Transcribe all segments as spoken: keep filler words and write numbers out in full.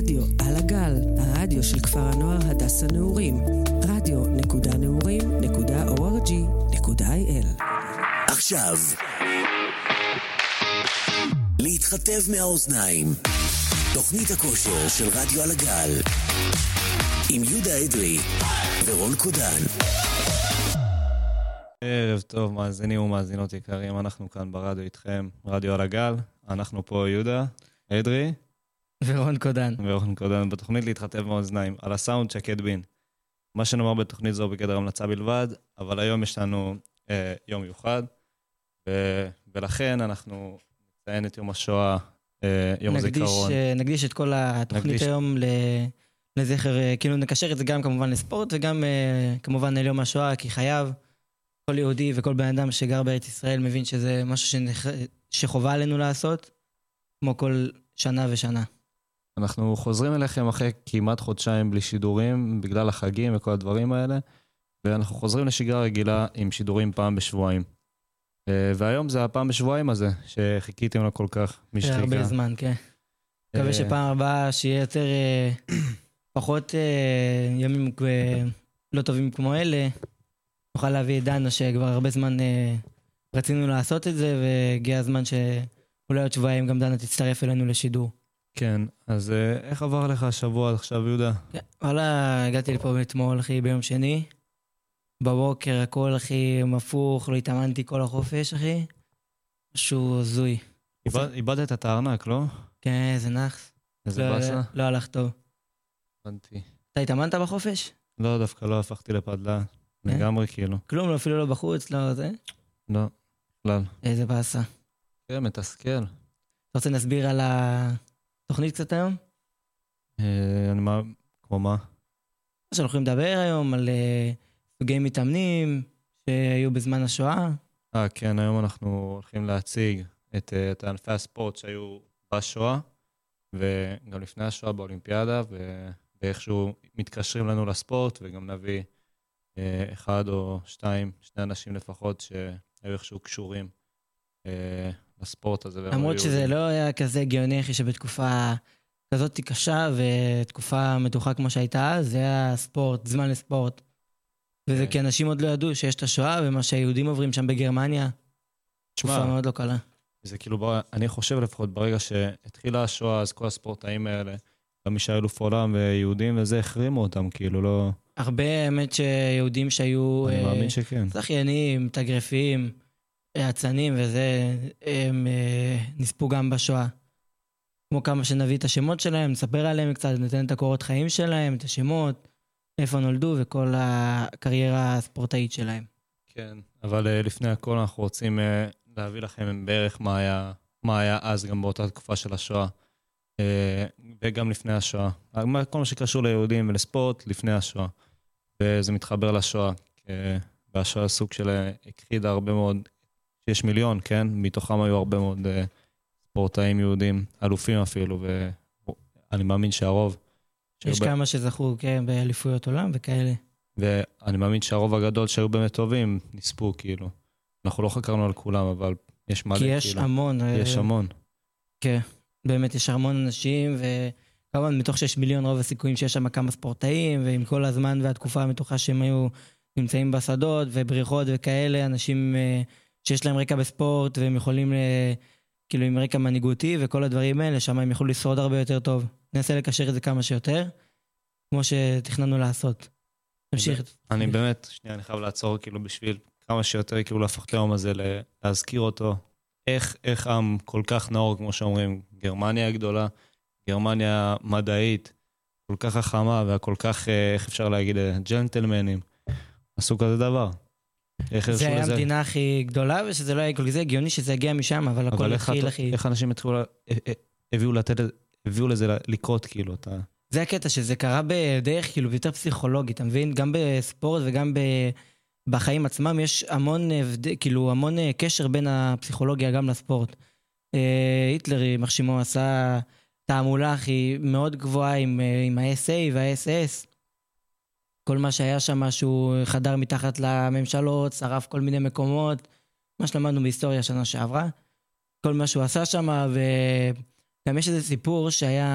רדיו על הגל, הרדיו של כפר הנוער הדס הנעורים. רדיו נקודה נעורים נקודה או אר ג'י נקודה איי אל. עכשיו להתחטב מהאוזניים, תוכנית הכושר של רדיו על הגל עם יהודה אדרי ורון קודן. ערב טוב, מאזינים ומאזינות יקרים, אנחנו כאן ברדיו איתכם, רדיו על הגל. אנחנו פה יהודה אדרי ורון קודן. ורון קודן, בתוכנית להתחטב מהאוזניים, על הסאונד שקד בין. מה שנאמר בתוכנית זו בגדר המלצה בלבד, אבל היום יש לנו אה, יום מיוחד, ו- ולכן אנחנו נציין את יום השואה, אה, יום נקדיש, הזיכרון. נקדיש את כל התוכנית נקדיש... היום לזכר, כאילו נקשר את זה גם כמובן לספורט, וגם אה, כמובן ליום השואה, כי חייב, כל יהודי וכל בן אדם שגר בארץ ישראל מבין שזה משהו שנח... שחובה עלינו לעשות, כמו כל שנה ושנה. אנחנו חוזרים אליכם אחרי כמעט חודשיים בלי שידורים, בגלל החגים וכל הדברים האלה, ואנחנו חוזרים לשגרה רגילה עם שידורים פעם בשבועיים. והיום זה הפעם בשבועיים הזה, שחיכיתם לו כל כך משחיקה. הרבה זמן, כן. מקווה שפעם הבאה שיהיה יותר, פחות ימים לא טובים כמו אלה, נוכל להביא את דנה שכבר הרבה זמן רצינו לעשות את זה, והגיע הזמן שאולי עוד שבועיים גם דנה תצטרף אלינו לשידור. כן, אז איך עבר לך השבוע עכשיו, יהודה? וואלה, הגעתי לפה אתמול, אחי, ביום שני. בבוקר הכל, אחי, מפוך, לא התאמנתי כל החופש, אחי. משהו זוי. איבדת את הארנק, לא? כן, זה נחס. איזה בסה? לא הלך טוב. הבנתי. אתה התאמנת בחופש? לא, דווקא לא הפכתי לפדלה. לגמרי כאילו. כלום, אפילו לא בחוץ, לא זה? לא, כלל. איזה בסה. כן, מתסכל. אתה רוצה נסביר על התוכנית קצת היום? אני מה, כמו מה? שאנחנו יכולים לדבר היום על סוגי מתאמנים שהיו בזמן השואה. אה, כן, היום אנחנו הולכים להציג את, את ענפי הספורט שהיו בשואה, וגם לפני השואה באולימפיאדה, ו... ואיכשהו מתקשרים לנו לספורט, וגם נביא אה, אחד או שתיים, שני אנשים לפחות, שהיו איכשהו קשורים אה, לספורט הזה. למרות שזה יהודים. לא היה כזה הגיוני, אחי, שבתקופה כזאת קשה, ותקופה מתוחה כמו שהייתה, זה היה ספורט, זמן לספורט. וזה כי אנשים עוד לא ידעו שיש את השואה, ומה שהיהודים עוברים שם בגרמניה, תקופה מאוד לא קלה. זה כאילו, אני חושב לפחות, ברגע שהתחילה השואה, אז כל הספורטאים האלה, גם מי שהיו אלוף עולם ויהודים, וזה החרימו אותם, כאילו לא... הרבה האמת שיהודים שהיו... אני מאמין שכן. שחיינים, תגרפים, עצנים וזה, הם נספו גם בשואה. כמו כמה שנביא את השמות שלהם, נספר עליהם קצת, ניתן את הקורות חיים שלהם, את השמות, איפה נולדו וכל הקריירה הספורטאית שלהם. כן, אבל לפני הכל אנחנו רוצים להביא לכם בערך מה היה, מה היה אז גם באותה תקופה של השואה. וגם לפני השואה. כל מה שקשור ליהודים ולספורט לפני השואה. וזה מתחבר לשואה. והשואה סוג של הכחידה הרבה מאוד, יש מיליון, כן? מתוכם היו הרבה מאוד ספורטאים יהודים, אלופים אפילו, ואני מאמין שהרוב... יש כמה ב... שזכו, כן, באליפויות עולם וכאלה. ואני מאמין שהרוב הגדול שהיו באמת טובים, נספו, כאילו. אנחנו לא חקרנו על כולם, אבל יש מלא, כי יש כאילו. המון. יש המון. כן. באמת יש המון אנשים, וכמובן מתוך שיש מיליון רוב הסיכויים שיש שם כמה ספורטאים, ועם כל הזמן והתקופה המתוחה שהם היו נמצאים בשדות ובריחות וכאלה, אנשים שיש להם רקע בספורט, והם יכולים, כאילו עם רקע מנהיגותי וכל הדברים האלה, שם הם יכולו לשרוד הרבה יותר טוב. ננסה לקשר את זה כמה שיותר, כמו שתכננו לעשות. נמשיך. אני באמת, שנייה, אני חייב לעצור כאילו בשביל כמה שיותר כאילו להפוך ליום הזה, להזכיר אותו. איך, איך עם כל כך נאור, כמו שאומרים, גרמניה הגדולה, גרמניה מדעית, כל כך חכמה, והכל כך, איך אפשר להגיד, ג'נטלמנים, עשו כזה דבר. זה היה המדינה הכי גדולה, ושזה לא היה כל זה הגיוני שזה הגיע משם, אבל הכל התחיל הכי... איך אנשים התחילו, הביאו לתת, הביאו לזה לקרות, כאילו, אתה... זה הקטע, שזה קרה בדרך, כאילו, יותר פסיכולוגית, אתה מבין? גם בספורט וגם ב... בחיים עצמם יש המון, כאילו, המון קשר בין הפסיכולוגיה גם לספורט. היטלר, מחשימו, עשה תעמולה הכי מאוד גבוהה עם, עם ה-אס איי וה-אס אס. כל מה שהיה שם, שהוא חדר מתחת לממשלות, שרף כל מיני מקומות, מה שלמדנו בהיסטוריה שנה שעברה. כל מה שהוא עשה שם, וגם יש איזה סיפור שהיה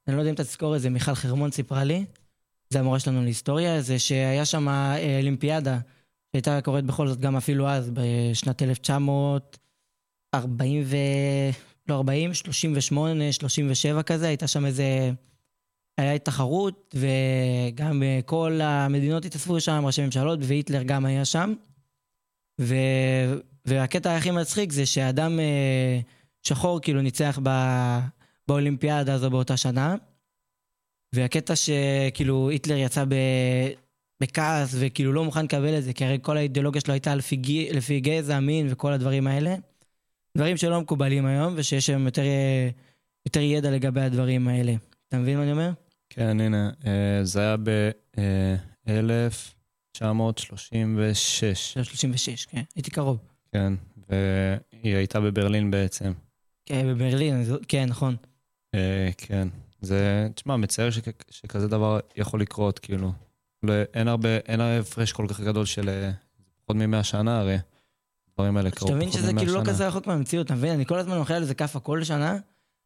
אני לא יודע אם אתה תזכור את זה, מיכל חרמון סיפרה לי, זה המורה שלנו להיסטוריה, זה שהיה שם אולימפיאדה, שהייתה קורית בכל זאת גם אפילו אז, בשנת אלף תשע מאות ארבעים ו... לא ארבעים, שלושים ושמונה, שלושים ושבע כזה, הייתה שם איזה... היה תחרות, וגם כל המדינות התאספו שם, ראשי ממשלות, והיטלר גם היה שם. ו... והקטע הכי מצחיק זה שאדם שחור כאילו ניצח ב... באולימפיאדה הזו באותה שנה, והקטע שכאילו היטלר יצא ב... בכעס, וכאילו לא מוכן לקבל את זה, כי הרי כל האידיאולוגיה שלו הייתה לפי, ג... לפי גזע, מין וכל הדברים האלה. דברים שלא מקובלים היום, ושיש שם יותר, יותר ידע לגבי הדברים האלה. אתה מבין מה אני אומר? כן, הנה, זה היה ב-אלף תשע מאות שלושים ושש. שלושים ושש, כן, הייתי קרוב. כן, והיא הייתה בברלין בעצם. כן, בברלין, כן, נכון. כן, זה, תשמע, מצער שכזה דבר יכול לקרות, כאילו. אין הרבה, אין הפרש כל כך גדול של פחות ממאה שנה, הרי. דברים האלה קרו פחות ממאה שנה. שתבין שזה כאילו לא כזה רחוק מהמציאות, אתה מבין? אני כל הזמן מוכר לזה כפה כל שנה,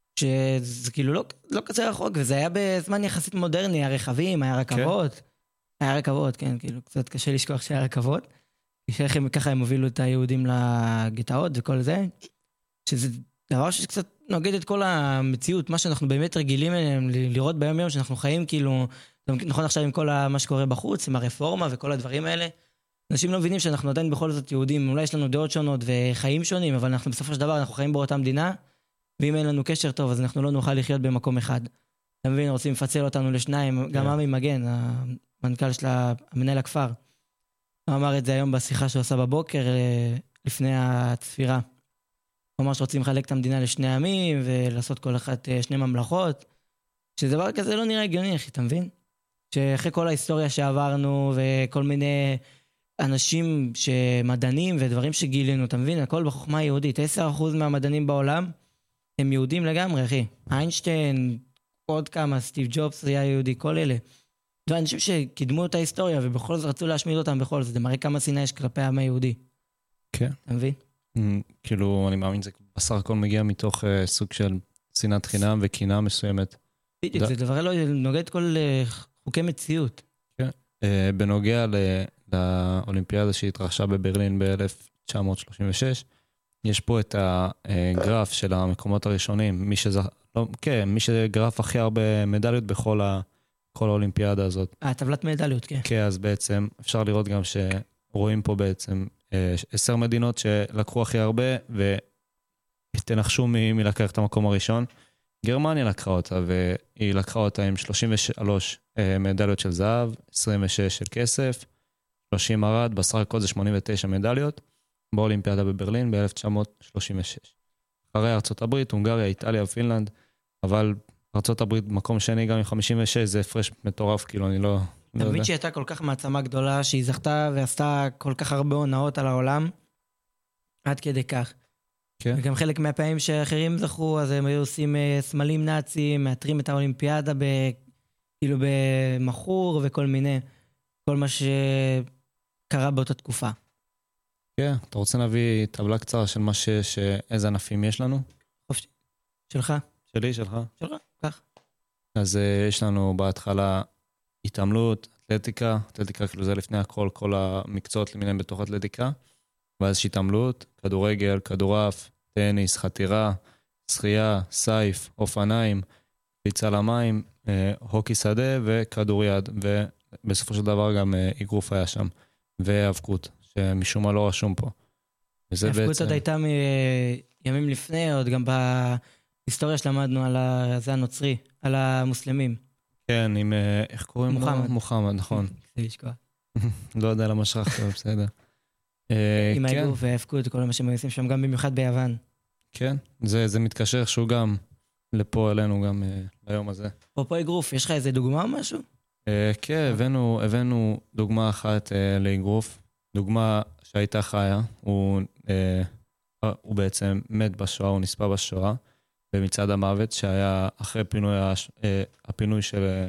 שזה כאילו לא, לא כזה רחוק, וזה היה בזמן יחסית מודרני, הרכבים, היה רכבות, כן. היה רכבות, כן, כאילו קצת קשה לשכוח שהיה רכבות, שכם ככה הם הובילו את היהודים לגטאות וכל זה, שזה דבר שקצת נוגד את כל המציאות, מה שאנחנו באמת רגילים אליהם, לראות ביום יום שאנחנו חיים כאילו, נכון עכשיו עם כל מה שקורה בחוץ, עם הרפורמה וכל הדברים האלה, אנשים לא מבינים שאנחנו עדיין בכל זאת יהודים, אולי יש לנו דעות שונות וחיים שונים, אבל אנחנו בסופו של דבר, אנחנו חיים באותה מדינה, ואם אין לנו קשר טוב, אז אנחנו לא נוכל לחיות במקום אחד. אתה מבין, רוצים לפצל אותנו לשניים, גם עמי מגן, המנכ"ל של המנהל הכפר, הוא אמר את זה היום בשיחה שהוא עושה בבוקר, לפני הצפירה. הוא אמר שרוצים לחלק את המדינה לשני עמים, ולעשות כל אחת שני ממלכות, שדבר כזה לא נראה הגיוני, אחי, אתה מבין? שאחרי כל ההיסטוריה שעברנו, וכל מיני אנשים שמדענים ודברים שגילינו, אתה מבין? הכל בחוכמה היהודית. עשרה אחוז מהמדענים בעולם הם יהודים לגמרי, אחי. איינשטיין, עוד כמה, סטיב ג'ובס היה יהודי, כל אלה. זה אנשים שקידמו את ההיסטוריה, ובכל זאת רצו להשמיד אותם בכל זאת. זה מראה כמה שנאה יש כלפי העם היהודי. כן. אתה מבין? כאילו, אני מאמין, זה בסך הכל מגיע מתוך סוג של שנאת חינם וקינה מסוימת. בדיוק, זה דבר לא נוגד כל חוקי מציאות. כן. בנוגע לאולימפיאדה שהתרחשה בברלין ב-אלף תשע מאות שלושים ושש, יש פה את הגרף של המקומות הראשונים, מי שזה, לא, כן, מי שגרף הכי הרבה מדליות בכל ה, כל האולימפיאדה הזאת. אה, טבלת מדליות, כן. כן, אז בעצם אפשר לראות גם שרואים פה בעצם עשר מדינות שלקחו הכי הרבה, ותנחשו מי, מי לקח את המקום הראשון. גרמניה לקחה אותה, והיא לקחה אותה עם שלושים ושלוש מדליות של זהב, עשרים ושש של כסף, שלושים ארד, בסך הכל זה שמונים ותשע מדליות, באולימפיאדה בברלין ב-אלף תשע מאות שלושים ושש. אחרי ארצות הברית, הונגריה, איטליה ופינלנד, אבל ארצות הברית מקום שני גם עם חמישים ושש, זה הפרש מטורף, כאילו אני לא... אתה מבין שהיא הייתה כל כך מעצמה גדולה, שהיא זכתה ועשתה כל כך הרבה הונאות על העולם, עד כדי כך. כן. וגם חלק מהפעמים שאחרים זכו, אז הם היו עושים סמלים נאצים, מאתרים את האולימפיאדה ב... כאילו במחור וכל מיני, כל מה שקרה באותה תקופה. כן, אתה רוצה להביא טבלה קצרה של מה שיש, איזה ענפים יש לנו? חופשי. שלך? שלי, שלך? שלך, כך. אז יש לנו בהתחלה התעמלות, אתלטיקה, אתלטיקה כאילו זה לפני הכל, כל המקצועות למיניהם בתוך אתלטיקה, ואז יש התעמלות, כדורגל, כדורעף, טניס, חתירה, שחייה, סייף, אופניים, קפיצה למים, הוקי שדה וכדוריד, ובסופו של דבר גם אגרוף היה שם, והאבקות, שמשום מה לא רשום פה. האבקות בעצם... עוד הייתה מימים לפני, עוד גם בהיסטוריה שלמדנו על זה הנוצרי, על המוסלמים. כן, עם, איך קוראים לו? מוחמד. מוחמד, נכון. זה לשכוח. לא יודע למה שכחתי, בסדר. עם האגרוף והאבקות, כל מה שהם עושים שם, גם במיוחד ביוון. כן, זה, זה מתקשר שהוא גם לפה אלינו, גם ליום הזה. פה פה אגרוף, יש לך איזה דוגמה או משהו? כן, הבאנו, הבאנו דוגמה אחת לאגרוף. דוגמה שהייתה חיה, הוא, הוא בעצם מת בשואה, הוא נספה בשואה, במצעד המוות, שהיה אחרי פינוי, הפינוי של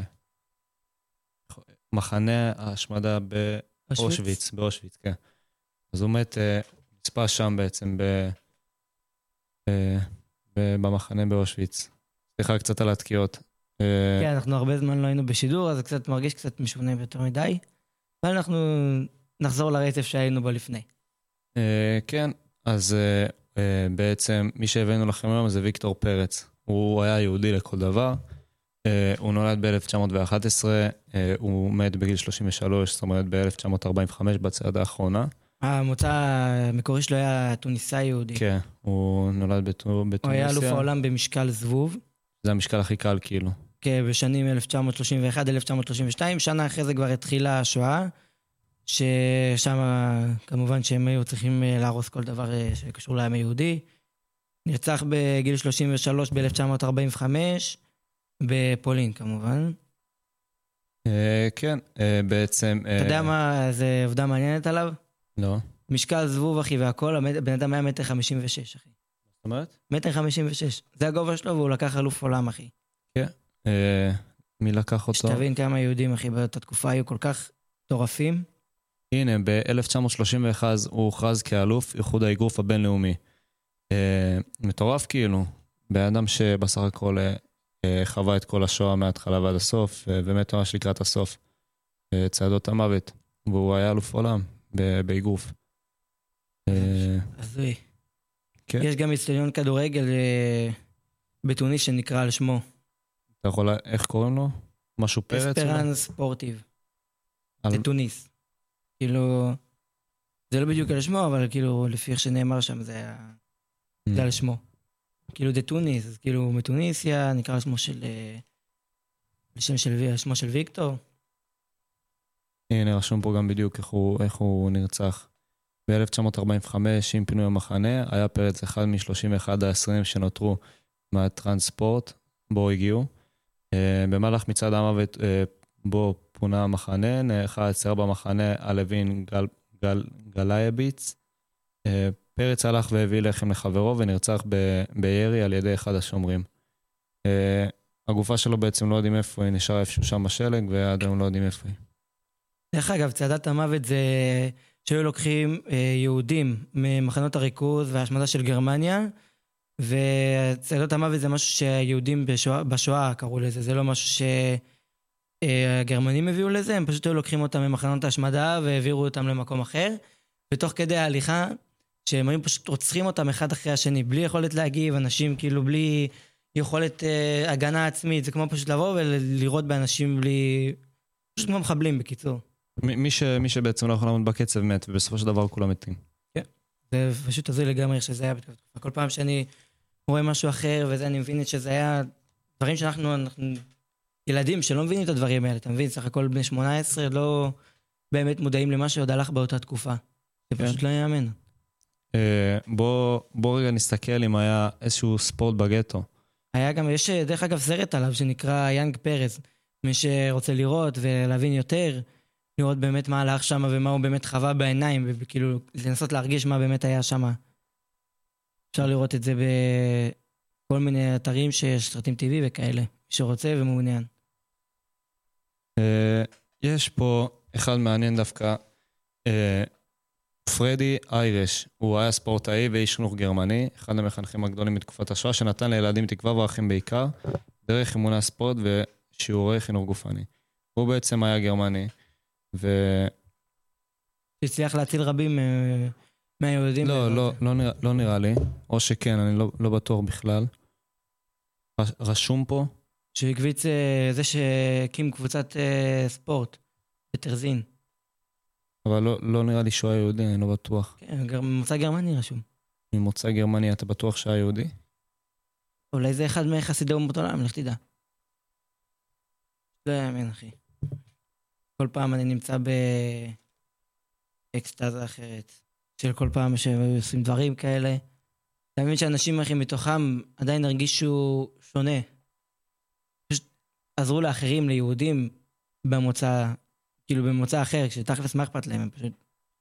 מחנה ההשמדה באושוויץ, באושוויץ, כן. אז הוא מת, נספה שם בעצם ב, ב, ב, במחנה באושוויץ. סליחה קצת על התקיעות. כן, אנחנו הרבה זמן לא היינו בשידור, אז זה קצת מרגיש קצת משונה ביותר מדי, אבל אנחנו נחזור לרצף שהיינו בו לפני. כן, אז בעצם מי שהבאנו לכם היום זה ויקטור פרץ. הוא היה יהודי לכל דבר. הוא נולד ב-אלף תשע מאות ואחת עשרה, הוא מת בגיל שלושים ושלוש, זאת אומרת ב-אלף תשע מאות ארבעים וחמש בצעדה האחרונה. המוצא המקורי שלו היה טוניסאי יהודי. כן, הוא נולד בטוניסיה. הוא היה אלוף העולם במשקל זבוב. זה המשקל הכי קל כאילו. כן, בשנים אלף תשע מאות שלושים ואחת עד אלף תשע מאות שלושים ושתיים, שנה אחרי זה כבר התחילה השואה, ששם כמובן שהם היו צריכים להרוס כל דבר שקשור לעם היהודי. נרצח בגיל שלושים ושלוש ב-אלף תשע מאות ארבעים וחמש, בפולין כמובן. כן, בעצם... אתה יודע מה, זה עובדה מעניינת עליו? לא. משקל זבוב, אחי, והכל, הבן אדם היה מטר חמישים ושש, אחי. זאת אומרת? מטר חמישים ושש. זה הגובה שלו, והוא לקח אלוף עולם, אחי. כן. מי לקח אותו? שתבין כמה יהודים, אחי, באותה תקופה היו כל כך טורפים. הנה, ב-אלף תשע מאות שלושים ואחת הוא הוכרז כאלוף איחוד האגרוף הבינלאומי. מטורף כאילו. בן אדם שבסך הכל חווה את כל השואה מההתחלה ועד הסוף, ומת ממש לקראת הסוף. צעדות המוות. והוא היה אלוף עולם. באגרוף. הזוי. יש גם אצטדיון כדורגל בתוניס שנקרא על שמו. אתה יכול, איך קוראים לו? משהו פרץ? אספרנס ספורטיב. בתוניס. כאילו, זה לא בדיוק על שמו, אבל כאילו, לפי איך שנאמר שם, זה היה על שמו. כאילו, זה תוניס, אז כאילו, מתוניסיה, נקרא על שמו של, שמו של ויקטור. הנה, רשום פה גם בדיוק איך הוא, איך הוא נרצח. ב-אלף תשע מאות ארבעים וחמש, עם פינוי המחנה, היה פרץ אחד מ-שלושים ואחד האסירים שנותרו מהטרנספורט, בו הגיעו. במהלך מצעד המוות בו פונה המחנה, נערכה עצרה במחנה הלווין גל, גל, גלייביץ. פרץ הלך והביא לחם לחברו ונרצח ב, בירי על ידי אחד השומרים. הגופה שלו בעצם לא יודעים איפה היא, נשאר איפשהו שם בשלג, ועד היום לא יודעים איפה היא. דרך אגב, צעדת המוות זה שהיו לוקחים יהודים ממחנות הריכוז וההשמדה של גרמניה, וצעדות המוות זה משהו שהיהודים בשואה, בשואה קראו לזה, זה לא משהו שהגרמנים הביאו לזה, הם פשוט היו לוקחים אותם ממחנות ההשמדה והעבירו אותם למקום אחר, ותוך כדי ההליכה, שהם היו פשוט רוצחים אותם אחד אחרי השני, בלי יכולת להגיב, אנשים כאילו בלי יכולת אה, הגנה עצמית, זה כמו פשוט לבוא ולראות באנשים בלי, פשוט כמו מחבלים בקיצור. מי, ש, מי שבעצם לא יכול לעמוד בקצב מת, ובסופו של דבר כולם מתים. כן, זה פשוט הזוי לגמרי שזה היה בתקופה. כל פעם שאני רואה משהו אחר וזה, אני מבין שזה היה דברים שאנחנו, אנחנו ילדים שלא מבינים את הדברים האלה, אתה מבין? סך הכל בני שמונה עשרה לא באמת מודעים למה שעוד הלך באותה תקופה. זה כן. פשוט לא יאמן. בוא, בוא רגע נסתכל אם היה איזשהו ספורט בגטו. היה גם, יש דרך אגב סרט עליו שנקרא יאנג פרז. מי שרוצה לראות ולהבין יותר, לראות באמת מה הלך שם ומה הוא באמת חווה בעיניים, וכאילו לנסות להרגיש מה באמת היה שם. אפשר לראות את זה בכל מיני אתרים שיש סרטים טבעי וכאלה, מי שרוצה ומעוניין. יש פה אחד מעניין דווקא, פרדי איירש, הוא היה ספורטאי ואיש חינוך גרמני, אחד המחנכים הגדולים בתקופת השואה, שנתן לילדים תקווה וערכים בעיקר, דרך אימוני הספורט ושיעורי חינוך גופני. הוא בעצם היה גרמני, ו... שהצליח להציל רבים מהיהודים. לא, לא, לא, נראה, לא נראה לי, או שכן, אני לא, לא בטוח בכלל. רשום פה? שהקביץ זה שהקים קבוצת ספורט בטרזין. אבל לא, לא נראה לי שהוא היה יהודי, אני לא בטוח. כן, ממוצא גרמני רשום. ממוצא גרמני, אתה בטוח שהיה יהודי? אולי זה אחד מחסידי אומות העולם, לך תדע. לא יאמן, אחי. כל פעם אני נמצא באקסטאזה אחרת, של כל פעם שעושים דברים כאלה. אתה מבין שאנשים אחים מתוכם עדיין הרגישו שונה. פשוט עזרו לאחרים, ליהודים, במוצא... כאילו במוצא אחר, כשתכלס מה אכפת להם, הם פשוט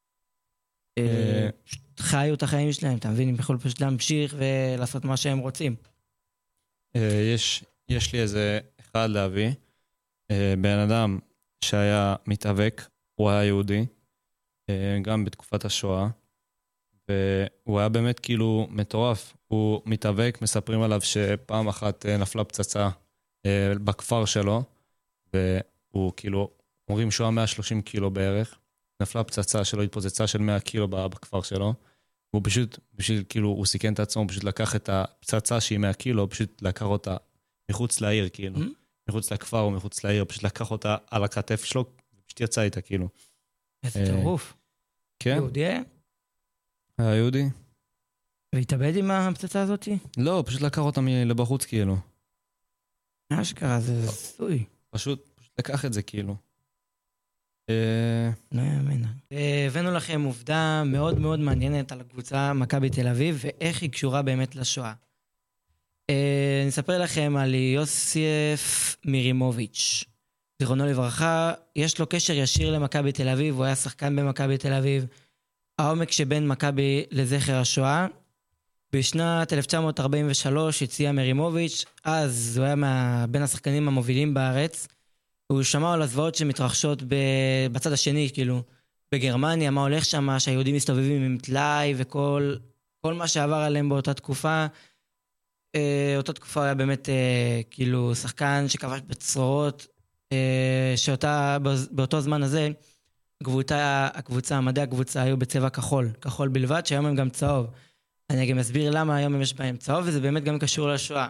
חיו את החיים שלהם, אתה מבין? הם יכולים פשוט להמשיך ולעשות מה שהם רוצים. יש, יש לי איזה אחד להביא, בן אדם שהיה מתאבק, הוא היה יהודי, גם בתקופת השואה, והוא היה באמת כאילו מטורף, הוא מתאבק, מספרים עליו שפעם אחת נפלה פצצה בכפר שלו, והוא כאילו, אומרים שהוא היה מאה ושלושים קילו בערך, נפלה פצצה שלו, התפוצצה של מאה קילו בכפר שלו, והוא פשוט, בשביל, כאילו, הוא סיכן את עצמו, פשוט לקח את הפצצה שהיא מאה קילו, פשוט לקח אותה מחוץ לעיר, כאילו, מחוץ לכפר או מחוץ לעיר, פשוט לקח אותה על הכתף שלו, ופשוט יצא איתה, כאילו. איזה טירוף. כן? יהודי היה? היה יהודי. והתאבד עם הפצצה הזאת? לא, פשוט לקח אותה לבחוץ, כאילו. מה שקרה, זה סוי. פשוט, פשוט לקח את זה, כאילו. לא יאמן. הבאנו לכם עובדה מאוד מאוד מעניינת על הקבוצה מכבי תל אביב, ואיך היא קשורה באמת לשואה. אני אספר לכם על יוסף מירימוביץ'. זיכרונו לברכה, יש לו קשר ישיר למכבי תל אביב, הוא היה שחקן במכבי תל אביב. העומק שבין מכבי לזכר השואה. בשנת אלף תשע מאות ארבעים ושלוש הציע מירימוביץ', אז הוא היה מה... בין השחקנים המובילים בארץ. הוא שמע על הזוועות שמתרחשות בצד השני, כאילו, בגרמניה, מה הולך שם, שהיהודים מסתובבים עם טלאי וכל כל מה שעבר עליהם באותה תקופה. אותה תקופה היה באמת כאילו שחקן שכבש בצרורות, שאותה, באותו זמן הזה, הקבוצה, הקבוצה, מדעי הקבוצה היו בצבע כחול, כחול בלבד, שהיום הם גם צהוב. אני גם אסביר למה היום הם יש בהם צהוב, וזה באמת גם קשור לשואה.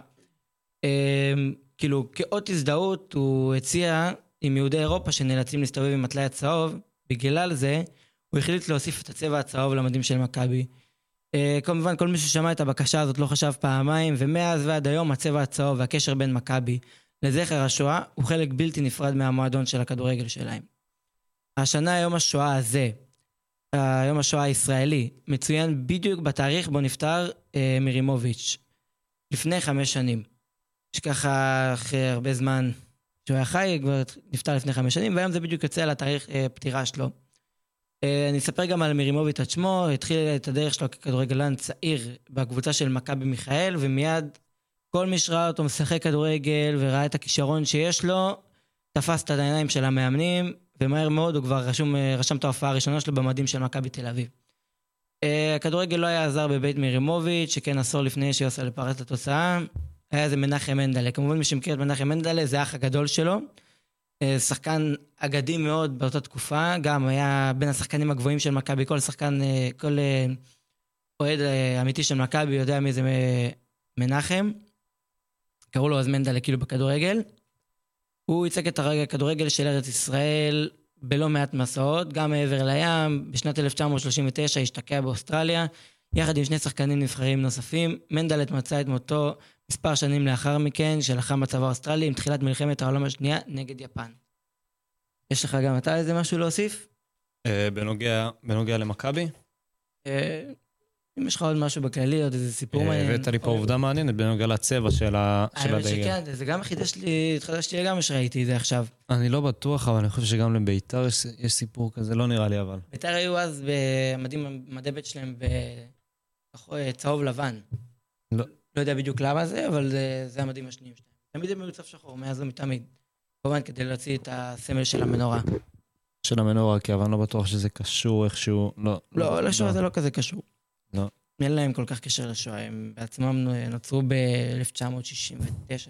כאילו, כאות הזדהות הוא הציע עם יהודי אירופה שנאלצים להסתובב עם הטלאי הצהוב, בגלל זה הוא החליט להוסיף את הצבע הצהוב למדים של מכבי. כמובן, כל מי ששמע את הבקשה הזאת לא חשב פעמיים, ומאז ועד היום הצבע הצהוב והקשר בין מכבי לזכר השואה הוא חלק בלתי נפרד מהמועדון של הכדורגל שלהם. השנה, יום השואה הזה, יום השואה הישראלי, מצוין בדיוק בתאריך בו נפטר אה, מירימוביץ', לפני חמש שנים. שככה אחרי הרבה זמן שהוא היה חי, כבר נפטר לפני חמש שנים, והיום זה בדיוק יוצא על התאריך אה, פטירה שלו. אה, אני אספר גם על מירימוביץ' עצמו, התחיל את הדרך שלו ככדורגלן צעיר בקבוצה של מכבי מיכאל, ומיד כל מי שראה אותו משחק כדורגל וראה את הכישרון שיש לו, תפס את העיניים של המאמנים, ומהר מאוד הוא כבר רשום, רשם את ההופעה הראשונה שלו במדים של מכבי תל אביב. הכדורגל לא היה עזר בבית מירימוביץ', שכן עשור לפני שיוסל פרץ לתוצאה, היה זה מנחם מנדלה. כמובן מי שמכיר את מנחם מנדלה, זה האח הגדול שלו, שחקן אגדי מאוד באותה תקופה, גם היה בין השחקנים הגבוהים של מכבי, כל שחקן, כל אוהד אמיתי של מכבי יודע מי זה מנחם, קראו לו אז מנדלה כאילו בכדורגל, הוא ייצג את הכדורגל של ארץ ישראל בלא מעט מסעות, גם מעבר לים. בשנת אלף תשע מאות שלושים ותשע השתקע באוסטרליה, יחד עם שני שחקנים נבחרים נוספים. מנדלט מצא את מותו מספר שנים לאחר מכן, שלחם בצבא האוסטרלי עם תחילת מלחמת העולם השנייה נגד יפן. יש לך גם אתה איזה משהו להוסיף? בנוגע, בנוגע למכבי? אם יש לך עוד משהו בכללי, עוד איזה סיפור מעניין. הבאת לי פה עובדה מעניינת בנוגע לצבע של הדגל. האמת שכן, זה גם חידש לי, התחדש לי גם שראיתי את זה עכשיו. אני לא בטוח, אבל אני חושב שגם לביתר יש סיפור כזה, לא נראה לי אבל. ביתר היו אז במדים, מדי בית שלהם בצהוב לבן. לא. לא יודע בדיוק למה זה, אבל זה המדים השניים שלהם. תמיד הם היו צף שחור, מאז זה מתמיד. כמובן כדי להוציא את הסמל של המנורה. של המנורה, כי אבל אני לא בטוח שזה קשור איכשהו, לא. לא, לשואה זה לא כזה קשור. לא. אין להם כל כך קשר לשואה, הם בעצמם נוצרו ב-אלף תשע מאות שישים ותשע,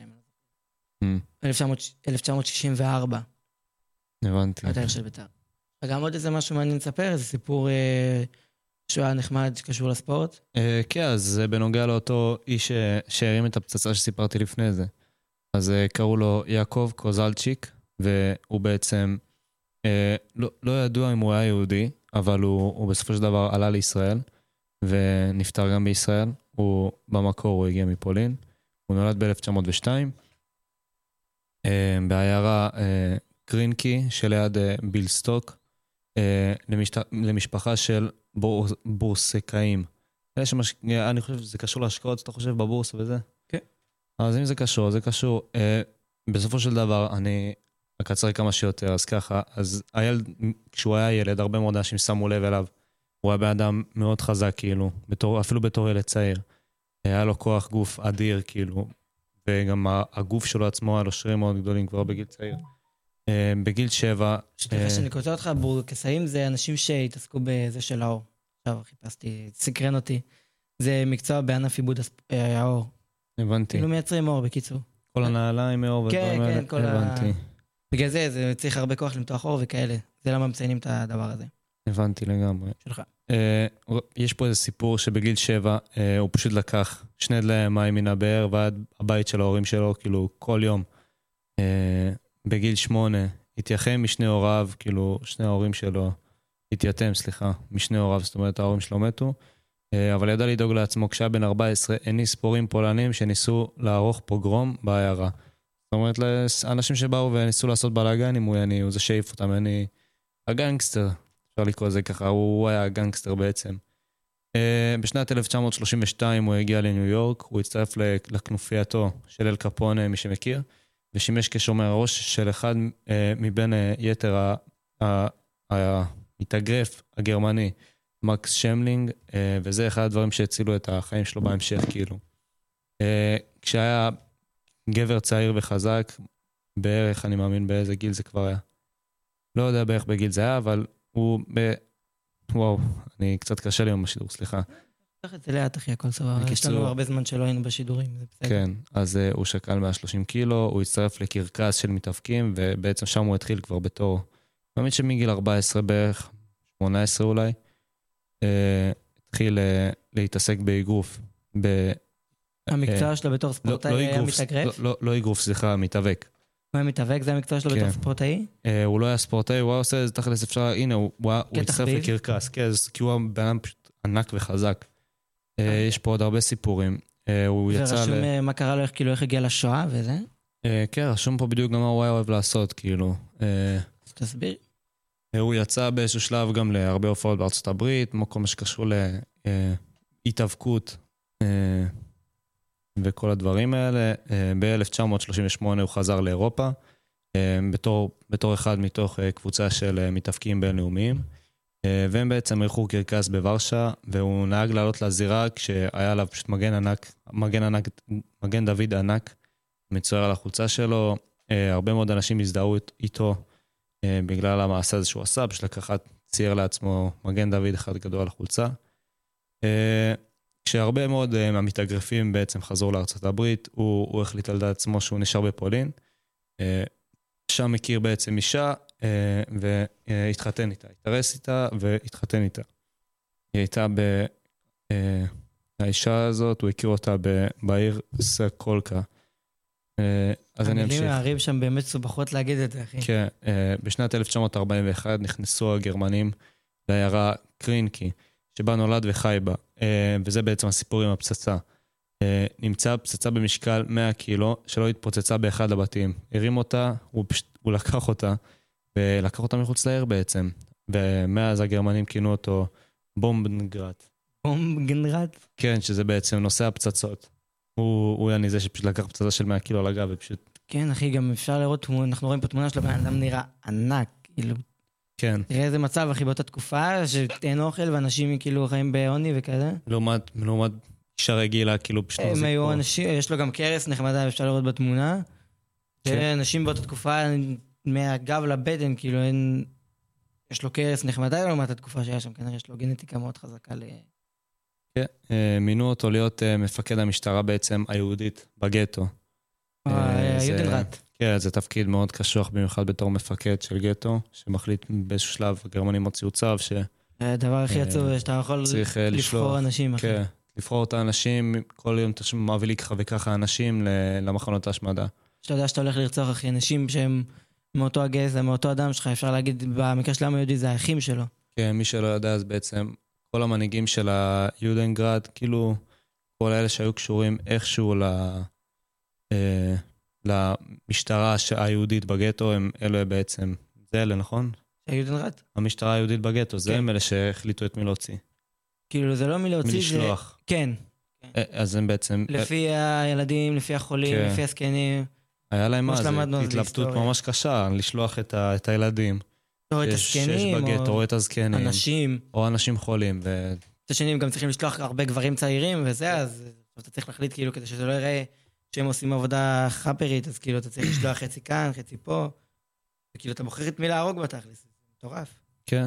אלף תשע מאות שישים וארבע. הבנתי. התאריך של ביתר. וגם עוד איזה משהו מעניין לספר, איזה סיפור שואה נחמד שקשור לספורט? כן, אז זה בנוגע לאותו איש שהרים את הפצצה שסיפרתי לפני זה. אז קראו לו יעקב קוזלצ'יק, והוא בעצם לא ידוע אם הוא היה יהודי, אבל הוא בסופו של דבר עלה לישראל, ונפטר גם בישראל. הוא במקור, הוא הגיע מפולין. הוא נולד ב-אלף תשע מאות ושתיים. בעיירה קרינקי שליד בילסטוק, למשפחה של בורסקאים. אני חושב שזה קשור להשקעות, אתה חושב בבורס וזה? כן. אז אם זה קשור, זה קשור. בסופו של דבר, אני אקצר כמה שיותר, אז ככה, אז הילד, כשהוא היה ילד, הרבה מאוד אנשים שמו לב אליו. הוא היה באדם מאוד חזק, כאילו, בתור, אפילו בתור ילד צעיר. היה לו כוח גוף אדיר, כאילו, וגם הגוף שלו עצמו היה לו שרירים מאוד גדולים כבר בגיל צעיר. בגיל שבע... סליחה שאני קוצר אותך, בורקסאים זה אנשים שהתעסקו בזה של האור. עכשיו חיפשתי, סקרן אותי. זה מקצוע בענף עיבוד האור. הבנתי. כאילו מייצרים אור, בקיצור. כל הנעליים מאור כן, ודברים האלה. כן, כל ה... הבנתי. בגלל זה, זה צריך הרבה כוח למתוח אור וכאלה. זה למה מציינים את הדבר הזה. הבנתי לגמרי. שלך. אה, יש פה איזה סיפור שבגיל שבע אה, הוא פשוט לקח שני דלי מים מן הבאר ועד הבית של ההורים שלו, כאילו כל יום. אה, בגיל שמונה התייחם משני הוריו, כאילו שני ההורים שלו, התייתם, סליחה, משני הוריו, זאת אומרת ההורים שלו מתו, אה, אבל ידע לדאוג לעצמו. כשהיה בן ארבע עשרה הניס פורעים פולנים שניסו לערוך פוגרום בעיירה. זאת אומרת, אנשים שבאו וניסו לעשות בלאגן, אם הוא יני, הוא זה שאיף אותם, אני הגנגסטר. אפשר לקרוא לזה ככה, הוא היה גנגסטר בעצם. בשנת אלף תשע מאות שלושים ושתיים הוא הגיע לניו יורק, הוא הצטרף לכנופייתו של אל קפונה, מי שמכיר, ושימש כשומר הראש של אחד מבין יתר המתאגרף הגרמני, מקס שמלינג, וזה אחד הדברים שהצילו את החיים שלו בהמשך, כאילו. כשהיה גבר צעיר וחזק, בערך, אני מאמין באיזה גיל זה כבר היה. לא יודע בערך בגיל זה היה, אבל הוא ב... וואו, אני קצת קשה לי עם השידור, סליחה. תחת את זה לאט, אחי, הכל סבבה. יש לנו הרבה זמן שלא היינו בשידורים, זה בסדר. כן, אז uh, הוא שקל מאה ושלושים קילו, הוא הצטרף לקרקס של מתאבקים, ובעצם שם הוא התחיל כבר בתור, מאמין שמגיל ארבע עשרה בערך, שמונה עשרה אולי, uh, התחיל uh, להתעסק באגרוף. ב... המקצוע uh, שלו בתור ספורטאי לא, לא היה מתאגרף? לא, לא, לא אגרוף, סליחה, מתאבק. הוא היה מתאבק, זה המקצוע שלו בתור ספורטאי? הוא לא היה ספורטאי, הוא היה עושה איזה תכלס אפשר, הנה, הוא הצטרף לקרקס, כי הוא בן אדם פשוט ענק וחזק. יש פה עוד הרבה סיפורים. ורשום מה קרה לו, כאילו איך הגיע לשואה וזה? כן, רשום פה בדיוק גם מה הוא היה אוהב לעשות, כאילו. אז תסביר. הוא יצא באיזשהו שלב גם להרבה הופעות בארצות הברית, כמו כל מה שקשור להתאבקות וכל הדברים האלה. ב-אלף תשע מאות שלושים ושמונה הוא חזר לאירופה, בתור, בתור אחד מתוך קבוצה של מתאבקים בינלאומיים, והם בעצם ערכו קרקס בוורשה, והוא נהג לעלות לזירה כשהיה עליו פשוט מגן ענק, מגן ענק, מגן דוד ענק, מצויר על החולצה שלו. הרבה מאוד אנשים הזדהו איתו בגלל המעשה הזה שהוא עשה, פשוט לקחת צייר לעצמו מגן דוד אחד גדול על החולצה. כשהרבה מאוד מהמתאגרפים בעצם חזרו לארצות הברית, הוא, הוא החליט על דעת עצמו שהוא נשאר בפולין. שם מכיר בעצם אישה, והתחתן איתה. התארס איתה והתחתן איתה. היא הייתה ב... האישה הזאת, הוא הכיר אותה בעיר סקולקה. אז אני אמשיך. המילים הערים שם באמת סובכות להגיד את זה, אחי. כן, בשנת אלף תשע מאות ארבעים ואחת נכנסו הגרמנים לעיירה קרינקי, שבה נולד וחי בה, וזה בעצם הסיפור עם הפצצה. נמצא פצצה במשקל מאה קילו, שלא התפוצצה באחד הבתים. הרים אותה, הוא, פשוט, הוא לקח אותה, ולקח אותה מחוץ לעיר בעצם. ומאז הגרמנים כינו אותו בומבנגרד. בומבנגרד? כן, שזה בעצם נושא הפצצות. הוא, הוא היה נזה שפשוט לקח פצצה של מאה קילו על הגב, ופשוט... כן, אחי, גם אפשר לראות, אנחנו רואים פה תמונה של הבן אדם נראה ענק, כאילו... כן. תראה איזה מצב, אחי, באותה תקופה, שאין אוכל, ואנשים כאילו חיים בעוני וכזה. לעומת, לעומת אישה רגילה, כאילו פשוט... הם היו אנשים, יש לו גם קרס נחמדה, אפשר לראות בתמונה. כן. אנשים באותה תקופה, מהגב לבטן, כאילו אין... יש לו קרס נחמדה, לעומת התקופה שהיה שם, כנראה יש לו גנטיקה מאוד חזקה ל... כן, מינו אותו להיות מפקד המשטרה בעצם היהודית בגטו. היודנראט. כן, זה תפקיד מאוד קשוח, במיוחד בתור מפקד של גטו, שמחליט באיזשהו שלב, הגרמנים הוציאו צו ש... הדבר הכי עצוב, שאתה יכול לבחור אנשים. כן, לבחור את האנשים, כל יום אתה מביא לי ככה וככה אנשים למחנות ההשמדה. שאתה יודע שאתה הולך לרצוח אחי אנשים שהם מאותו הגזע, מאותו אדם שלך, אפשר להגיד, במקרה של העם היהודי זה האחים שלו. כן, מי שלא יודע, אז בעצם כל המנהיגים של היודנגרד, כאילו כל האלה שהיו קשורים איכשהו ל... למשטרה היהודית בגטו, הם אלו בעצם, זה אלה, נכון? היודנראט? המשטרה היהודית בגטו, זה הם אלה שהחליטו את מי להוציא. כאילו זה לא מי להוציא, מי לשלוח. כן. אז הם בעצם... לפי הילדים, לפי החולים, לפי הזקנים. היה להם מה, זה התלבטות ממש קשה, לשלוח את הילדים. או את הזקנים, או את הזקנים. אנשים. או אנשים חולים. את השנים גם צריכים לשלוח הרבה גברים צעירים, וזה, אז אתה צריך להחליט כאילו כדי שזה לא יראה שהם עושים עבודה חפרית, אז כאילו אתה צריך לשלוח חצי כאן, חצי פה, וכאילו אתה בוחר את מי להרוג בתכלס, זה מטורף. כן.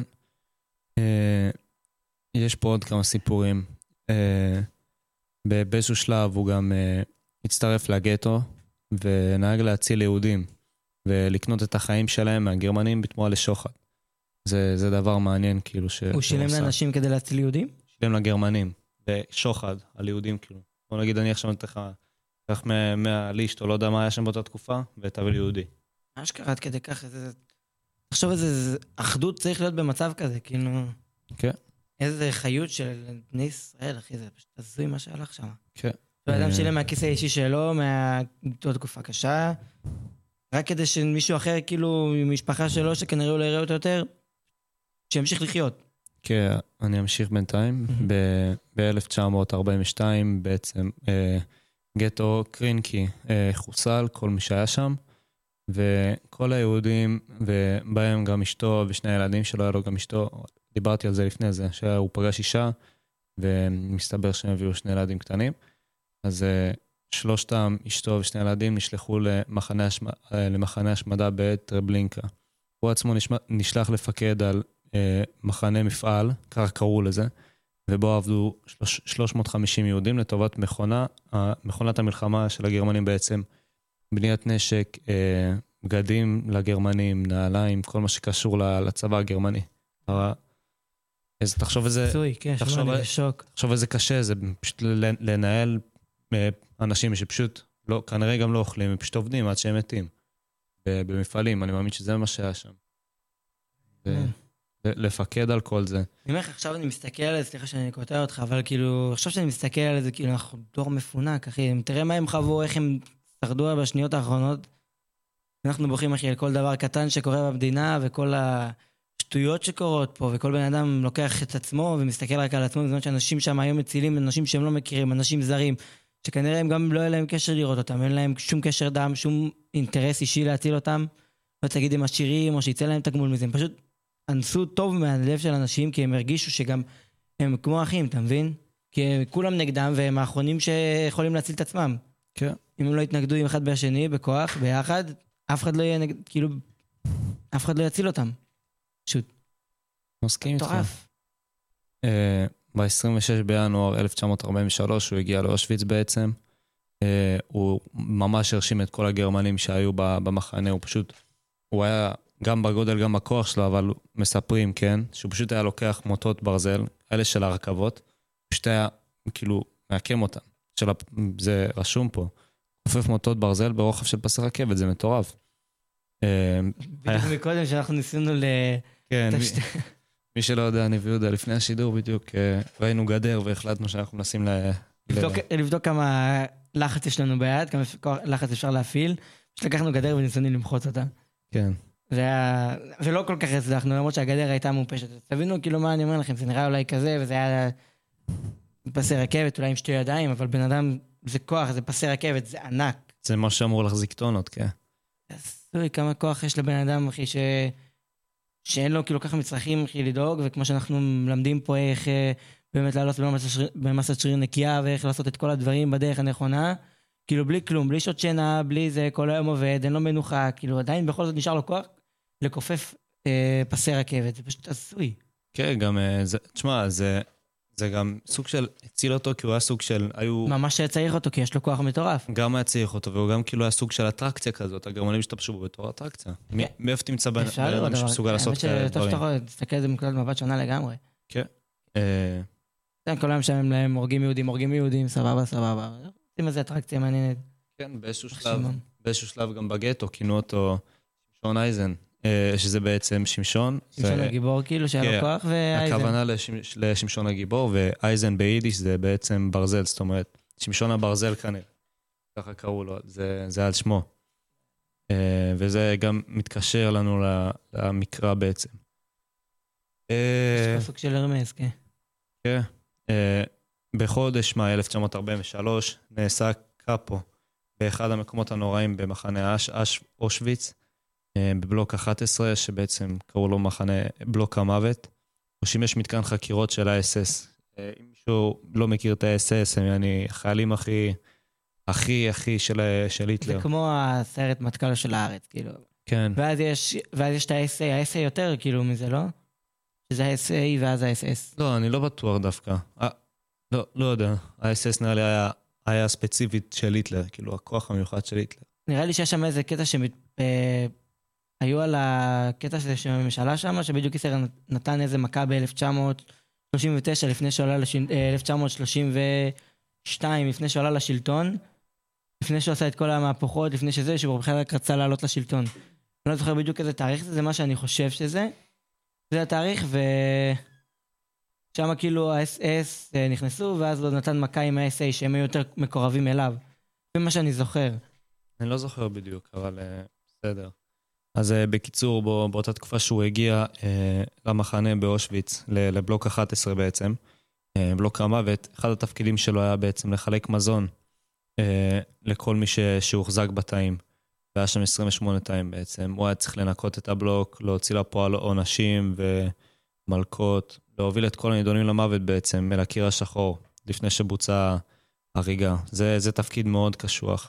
יש פה עוד כמה סיפורים. באיזשהו שלב הוא גם הצטרף לגטו, ונהג להציל יהודים, ולקנות את החיים שלהם מהגרמנים בתמורה לשוחד. זה, זה דבר מעניין, כאילו, ש... הוא שילם לאנשים כדי להציל יהודים? שילם לגרמנים, ושוחד על יהודים, כאילו. בוא נגיד, אני עכשיו נתך, כך מהלישט, או לא יודע מה היה שם באותה תקופה, ותביא ליהודי. מה שקראת כדי ככה, זה... תחשוב איזה אחדות צריך להיות במצב כזה, כאילו... כן. איזה חיות של בני ישראל, אחי, זה פשוט הזוי מה שהלך שם. כן. האדם שילם מהכיס האישי שלו, מאותה תקופה קשה, רק כדי שמישהו אחר, כאילו, משפחה שלו, שכנראה הוא לא יראה אותו יותר, שימשיך לחיות. כן, אני אמשיך בינתיים. ב-אלף תשע מאות ארבעים ושתיים בעצם גטו קרינקי חוסל, כל מי שהיה שם, וכל היהודים, ובהם גם אשתו ושני הילדים שלו, היה לו גם אשתו, דיברתי על זה לפני זה, שהוא פגש אישה, ומסתבר שהם הביאו שני ילדים קטנים, אז שלושתם, אשתו ושני ילדים, נשלחו למחנה, השמ... למחנה השמדה בטרבלינקה. הוא עצמו נשלח לפקד על מחנה מפעל, כך קראו לזה, ובו עבדו שלוש מאות וחמישים יהודים לטובת מכונה, מכונת המלחמה של הגרמנים בעצם, בניית נשק, בגדים לגרמנים, נעליים, כל מה שקשור לצבא הגרמני. אז תחשוב איזה... סוי, כן, שמע לי בשוק. תחשוב איזה קשה, זה פשוט לנהל אנשים שפשוט, לא, כנראה גם לא אוכלים, הם פשוט עובדים עד שהם מתים. במפעלים, אני מאמין שזה מה שהיה שם. לפקד על כל זה. אני אומר לך, עכשיו אני מסתכל על זה, סליחה שאני קוטע אותך, אבל כאילו, עכשיו שאני מסתכל על זה, כאילו, אנחנו דור מפונק, אחי, תראה מה הם חוו, איך הם שרדו בשניות האחרונות. אנחנו בוכים, אחי, על כל דבר קטן שקורה במדינה, וכל השטויות שקורות פה, וכל בן אדם לוקח את עצמו, ומסתכל רק על עצמו, בזמן שאנשים שם היום מצילים, אנשים שהם לא מכירים, אנשים זרים, שכנראה הם גם לא היה להם קשר לראות אותם, אין להם שום קשר דם, שום אינטרס אישי להציל אותם, לא תגיד הם עשירים, או שיצא להם תגמול מזה, הם פשוט אנסו טוב מהלב של אנשים, כי הם הרגישו שגם הם כמו אחים, אתה מבין? כי כולם נגדם, והם האחרונים שיכולים להציל את עצמם. כן. אם הם לא יתנגדו עם אחד בשני, בכוח, ביחד, אף אחד לא יהיה נגד, כאילו, אף אחד לא יציל אותם. פשוט. מסכים איתך. טורף. ב-עשרים ושש בינואר אלף תשע מאות ארבעים ושלוש הוא הגיע לאושוויץ בעצם. הוא ממש הרשים את כל הגרמנים שהיו במחנה, הוא פשוט, הוא היה גם בגודל, גם בכוח שלו, אבל מספרים, כן, שהוא פשוט היה לוקח מוטות ברזל, אלה של הרכבות, פשוט היה, כאילו, מעקם אותם. של, זה רשום פה. חופף מוטות ברזל ברוחב של פסי רכבת, זה מטורף. בדיוק מקודם שאנחנו ניסינו ל... כן, מי שלא יודע, אני ויהודה, לפני השידור בדיוק, ראינו גדר והחלטנו שאנחנו מנסים ל... לבדוק כמה לחץ יש לנו ביד, כמה לחץ אפשר להפעיל, שלקחנו גדר וניסינו למחוץ אותה. כן. ולא כל כך הצלחנו, למרות שהגדר הייתה מופשת. תבינו כאילו מה אני אומר לכם, זה נראה אולי כזה, וזה היה פסי רכבת, אולי עם שתי ידיים, אבל בן אדם זה כוח, זה פסי רכבת, זה ענק. זה מה שאמור להחזיק טונות, כן. סורי, כמה כוח יש לבן אדם, אחי, ש... שאין לו כאילו ככה מצרכים, אחי, לדאוג, וכמו שאנחנו מלמדים פה איך באמת לעלות במסת שריר נקייה, ואיך לעשות את כל הדברים בדרך הנכונה, כאילו בלי כלום, בלי שעות שינה, בלי זה, כל היום עובד, אין לו מנוחה, כאילו עדיין בכל זאת נשאר לו כוח לכופף אה, פסי רכבת, זה פשוט עשוי. כן, גם, זה, תשמע, זה, זה גם סוג של, הציל אותו כי הוא היה סוג של, היו... ממש צריך אותו, כי יש לו כוח מטורף. גם היה צריך אותו, והוא גם כאילו היה סוג של אטרקציה כזאת, הגרמנים השתמשו בו בתור אטרקציה. כן. מאיפה תמצא בן אדם שמסוגל לעשות כאלה דברים? טוב שאתה יכול להסתכל על זה מכלל מבט שונה לגמרי. כן. כל היום שהם להם הורגים יהודים, הורגים יהודים, סבבה, סבבה. עושים איזה אטרקציה מעניינת. כן, באיזשהו שלב, באיזשהו שלב גם בגטו, כינו אותו שמשון אייזן, שזה בעצם שמשון. שמשון הגיבור כאילו, שהיה לו כוח, ואייזן. הכוונה לשמשון הגיבור, ואייזן ביידיש זה בעצם ברזל, זאת אומרת, שמשון הברזל כנראה. ככה קראו לו, זה על שמו. וזה גם מתקשר לנו למקרא בעצם. יש סוג של הרמז, כן. כן. בחודש מאי אלף תשע מאות ארבעים ושלוש נעשה קאפו באחד המקומות הנוראים במחנה אושוויץ, בבלוק אחת עשרה, שבעצם קראו לו מחנה בלוק המוות. הוא שימש מתקן חקירות של ה-אס אס. אם מישהו לא מכיר את ה-אס אס, הם החיילים הכי, הכי, הכי של, של היטלר. זה כמו הסרט מטכ"ל של הארץ, כאילו. כן. ואז יש, ואז יש את ה-אס איי, ה-אס איי יותר, כאילו, מזה, לא? שזה ה-אס איי ואז ה-אס אס. לא, אני לא בטוח דווקא. לא, לא יודע. ה-אס אס נראה לי היה, היה ספציפית של היטלר, כאילו, הכוח המיוחד של היטלר. נראה לי שיש שם איזה קטע שהיו על הקטע של הממשלה שם, שבדיוק היטלר נתן איזה מכה ב-אלף תשע מאות שלושים ותשע, לפני שעולה לשלטון, אלף תשע מאות שלושים ושתיים, לפני שעולה לשלטון, לפני שהוא עשה את כל המהפכות, לפני שזה, שהוא בכלל רק רצה לעלות לשלטון. אני לא זוכר בדיוק איזה תאריך זה, זה מה שאני חושב שזה. זה התאריך, ושם כאילו ה-אס אס נכנסו, ואז הוא נתן מכה עם ה-אס איי, שהם היו יותר מקורבים אליו. זה מה שאני זוכר. אני לא זוכר בדיוק, אבל uh, בסדר. אז uh, בקיצור, בו, באותה תקופה שהוא הגיע uh, למחנה באושוויץ, לבלוק אחת עשרה בעצם, uh, בלוק המוות, אחד התפקידים שלו היה בעצם לחלק מזון uh, לכל מי ש, שהוחזק בתאים. והיה שם עשרים ושמונה תאים בעצם. הוא היה צריך לנקות את הבלוק, להוציא לפועל עונשים ומלכות, להוביל את כל הנידונים למוות בעצם, אל הקיר השחור, לפני שבוצע הריגה. זה, זה תפקיד מאוד קשוח.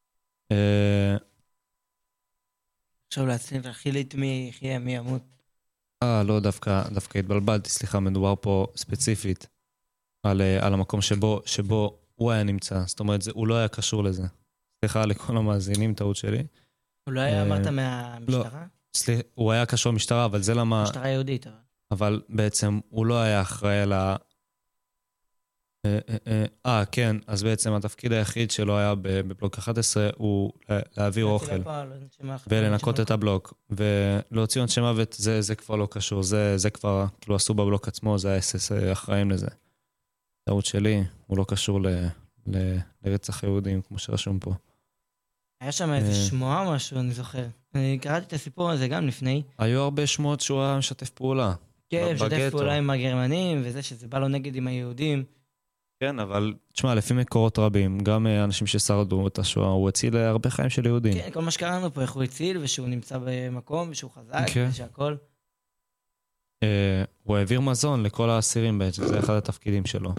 עכשיו להצליח להחליט מי יחיה, מי ימות. אה, לא, דווקא, דווקא התבלבלתי, סליחה, מדובר פה ספציפית על, על המקום שבו, שבו הוא היה נמצא. זאת אומרת, זה, הוא לא היה קשור לזה. סליחה לכל המאזינים, טעות שלי. הוא לא היה, אמרת מהמשטרה? סליחה, הוא היה קשור למשטרה, אבל זה למה... משטרה יהודית. אבל בעצם הוא לא היה אחראי על ה... אה, כן, אז בעצם התפקיד היחיד שלו היה בבלוק אחת עשרה, הוא להעביר אוכל ולנקות את הבלוק. ולהוציא עונשי מוות, זה כבר לא קשור, זה כבר, כאילו עשו בבלוק עצמו, זה ה-אס אס אחראים לזה. טעות שלי, הוא לא קשור לרצח יהודים, כמו שרשום פה. היה שם איזה שמועה או משהו, אני זוכר. אני קראתי את הסיפור הזה גם לפני. היו הרבה שמועות שהוא היה משתף פעולה. כן, משתף פעולה עם הגרמנים, וזה שזה בא לו נגד עם היהודים. כן, אבל, תשמע, לפי מקורות רבים, גם אנשים ששרדו את השואה, הוא הציל הרבה חיים של יהודים. כן, כל מה שקראנו פה, איך הוא הציל, ושהוא נמצא במקום, ושהוא חזק, ושהכל. הוא העביר מזון לכל האסירים בעצם, זה אחד התפקידים שלו.